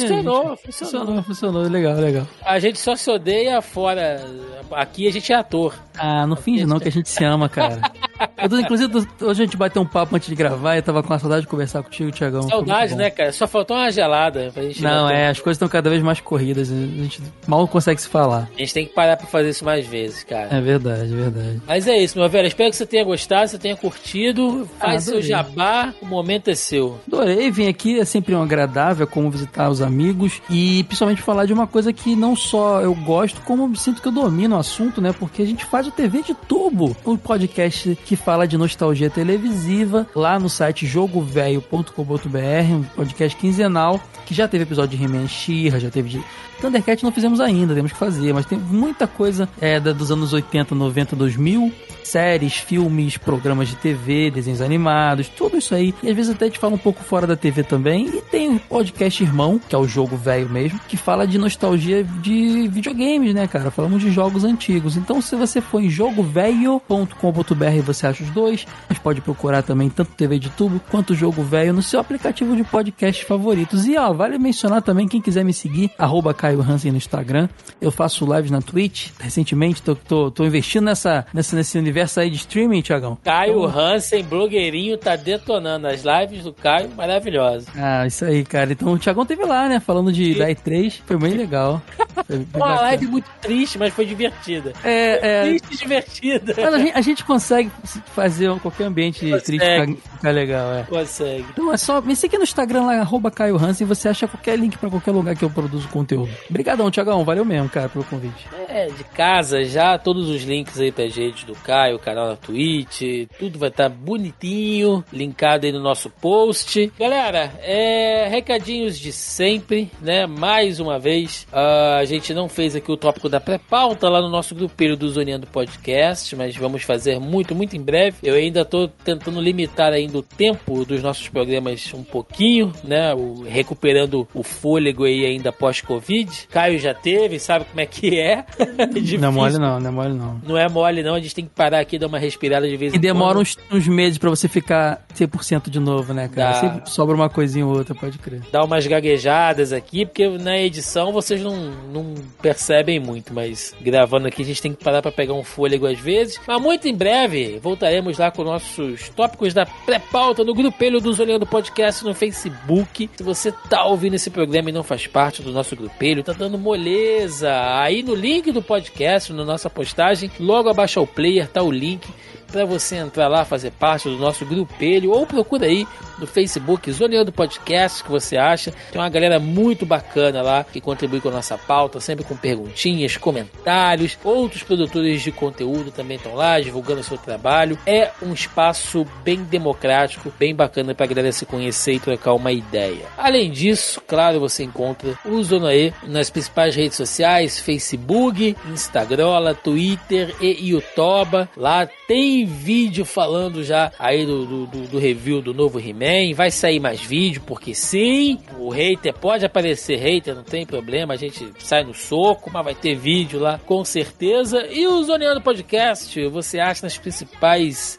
Funcionou. Legal. A gente só se odeia fora. Aqui a gente é ator. Ah, não finge não que a gente se ama, cara. Inclusive, hoje a gente bateu um papo antes de gravar e eu tava com a saudade de conversar contigo, Thiagão. Saudade, né, cara? Só faltou uma gelada pra gente... Não, as coisas estão cada vez mais corridas, a gente mal consegue se falar. A gente tem que parar pra fazer isso mais vezes, cara. É verdade. Mas é isso, meu velho. Espero que você tenha gostado, você tenha curtido. Faz seu jabá, o momento é seu. Adorei, vim aqui, é sempre um agradável, como visitar os amigos e principalmente falar de uma coisa que não só eu gosto, como eu sinto que eu domino o assunto, né? Porque a gente faz o TV de Tubo, um podcast que fala de nostalgia televisiva, lá no site jogovelho.com.br, um podcast quinzenal, que já teve episódio de He-Man, She-Ra, já teve de Thundercat, não fizemos ainda, temos que fazer, mas tem muita coisa dos anos 80, 90, 2000, séries, filmes, programas de TV, desenhos animados, tudo isso aí. E às vezes até a gente fala um pouco fora da TV também. E tem um podcast irmão, que é o Jogo Velho mesmo, que fala de nostalgia de videogames, né, cara? Falamos de jogos antigos. Então, se você for em jogovelho.com.br, você acha os dois. Mas pode procurar também tanto TV de Tubo quanto Jogo Velho no seu aplicativo de podcast favoritos. E, vale mencionar também, quem quiser me seguir, @Caio Hansen no Instagram. Eu faço lives na Twitch. Recentemente, tô investindo nesse universo aí de streaming, Thiagão. Caio Hansen, blogueirinho, tá detonando as lives do Caio, maravilhosa. Isso aí, cara. Então o Thiagão teve lá, né, falando da E3, foi bem legal. Uma live muito triste, mas foi divertida. Triste e divertida. Mas a gente consegue fazer qualquer ambiente triste ficar legal, Consegue. Então é só, me segue no Instagram lá, @Caio Hansen, você acha qualquer link pra qualquer lugar que eu produzo conteúdo. Obrigadão, Thiagão, valeu mesmo, cara, pelo convite. De casa já, todos os links aí pra gente do Caio, o canal na Twitch, tudo vai estar bonitinho, linkado aí no nosso post. Galera, recadinhos de sempre, né? Mais uma vez, a gente não fez aqui o tópico da pré-pauta lá no nosso grupelho do Zoneando Podcast, mas vamos fazer muito, muito em breve. Eu ainda tô tentando limitar ainda o tempo dos nossos programas um pouquinho, né? Recuperando o fôlego aí ainda pós-Covid. Caio já teve, sabe como é que é. Não é mole não. Não é mole não, a gente tem que parar aqui e dar uma respirada de vez em quando. E demora uns meses pra você ficar 100% de novo, né, cara? Sempre sobra uma coisinha ou outra, pode crer. Dá umas gaguejadas aqui, porque na edição vocês não percebem muito, mas gravando aqui a gente tem que parar pra pegar um fôlego às vezes. Mas muito em breve voltaremos lá com nossos tópicos da pré-pauta no grupelho do Zoneando Podcast no Facebook. Se você tá ouvindo esse programa e não faz parte do nosso grupelho, tá dando moleza, aí no link do podcast, na nossa postagem, logo abaixo ao player tá o link para você entrar lá, fazer parte do nosso grupelho, ou procura aí no Facebook Zoneando Podcast, que você acha. Tem uma galera muito bacana lá que contribui com a nossa pauta, sempre com perguntinhas, comentários. Outros produtores de conteúdo também estão lá divulgando o seu trabalho. É um espaço bem democrático, bem bacana para a galera se conhecer e trocar uma ideia. Além disso, claro, você encontra o Zonoê nas principais redes sociais, Facebook, Instagram, Twitter e YouTube. Lá tem vídeo falando já aí do review do novo He-Man. Vai sair mais vídeo, porque sim, o hater pode aparecer hater, não tem problema, a gente sai no soco, mas vai ter vídeo lá com certeza. E o Zoneando Podcast você acha nos principais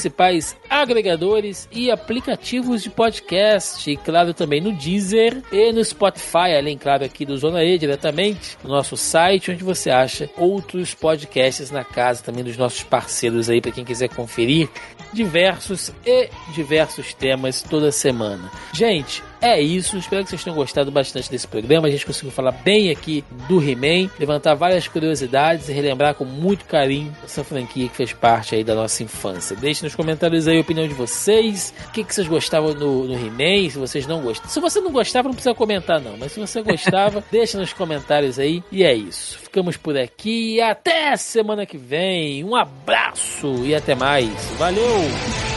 agregadores e aplicativos de podcast, e claro também no Deezer e no Spotify, além claro aqui do Zona E diretamente no nosso site, onde você acha outros podcasts na casa também dos nossos parceiros aí, para quem quiser conferir diversos temas programas toda semana. Gente, é isso, espero que vocês tenham gostado bastante desse programa. A gente conseguiu falar bem aqui do He-Man, levantar várias curiosidades e relembrar com muito carinho essa franquia que fez parte aí da nossa infância. Deixe nos comentários aí a opinião de vocês, o que vocês gostavam no He-Man, se vocês não gostavam. Se você não gostava, não precisa comentar não, mas se você gostava, deixa nos comentários aí. E é isso, ficamos por aqui e até semana que vem. Um abraço e até mais. Valeu!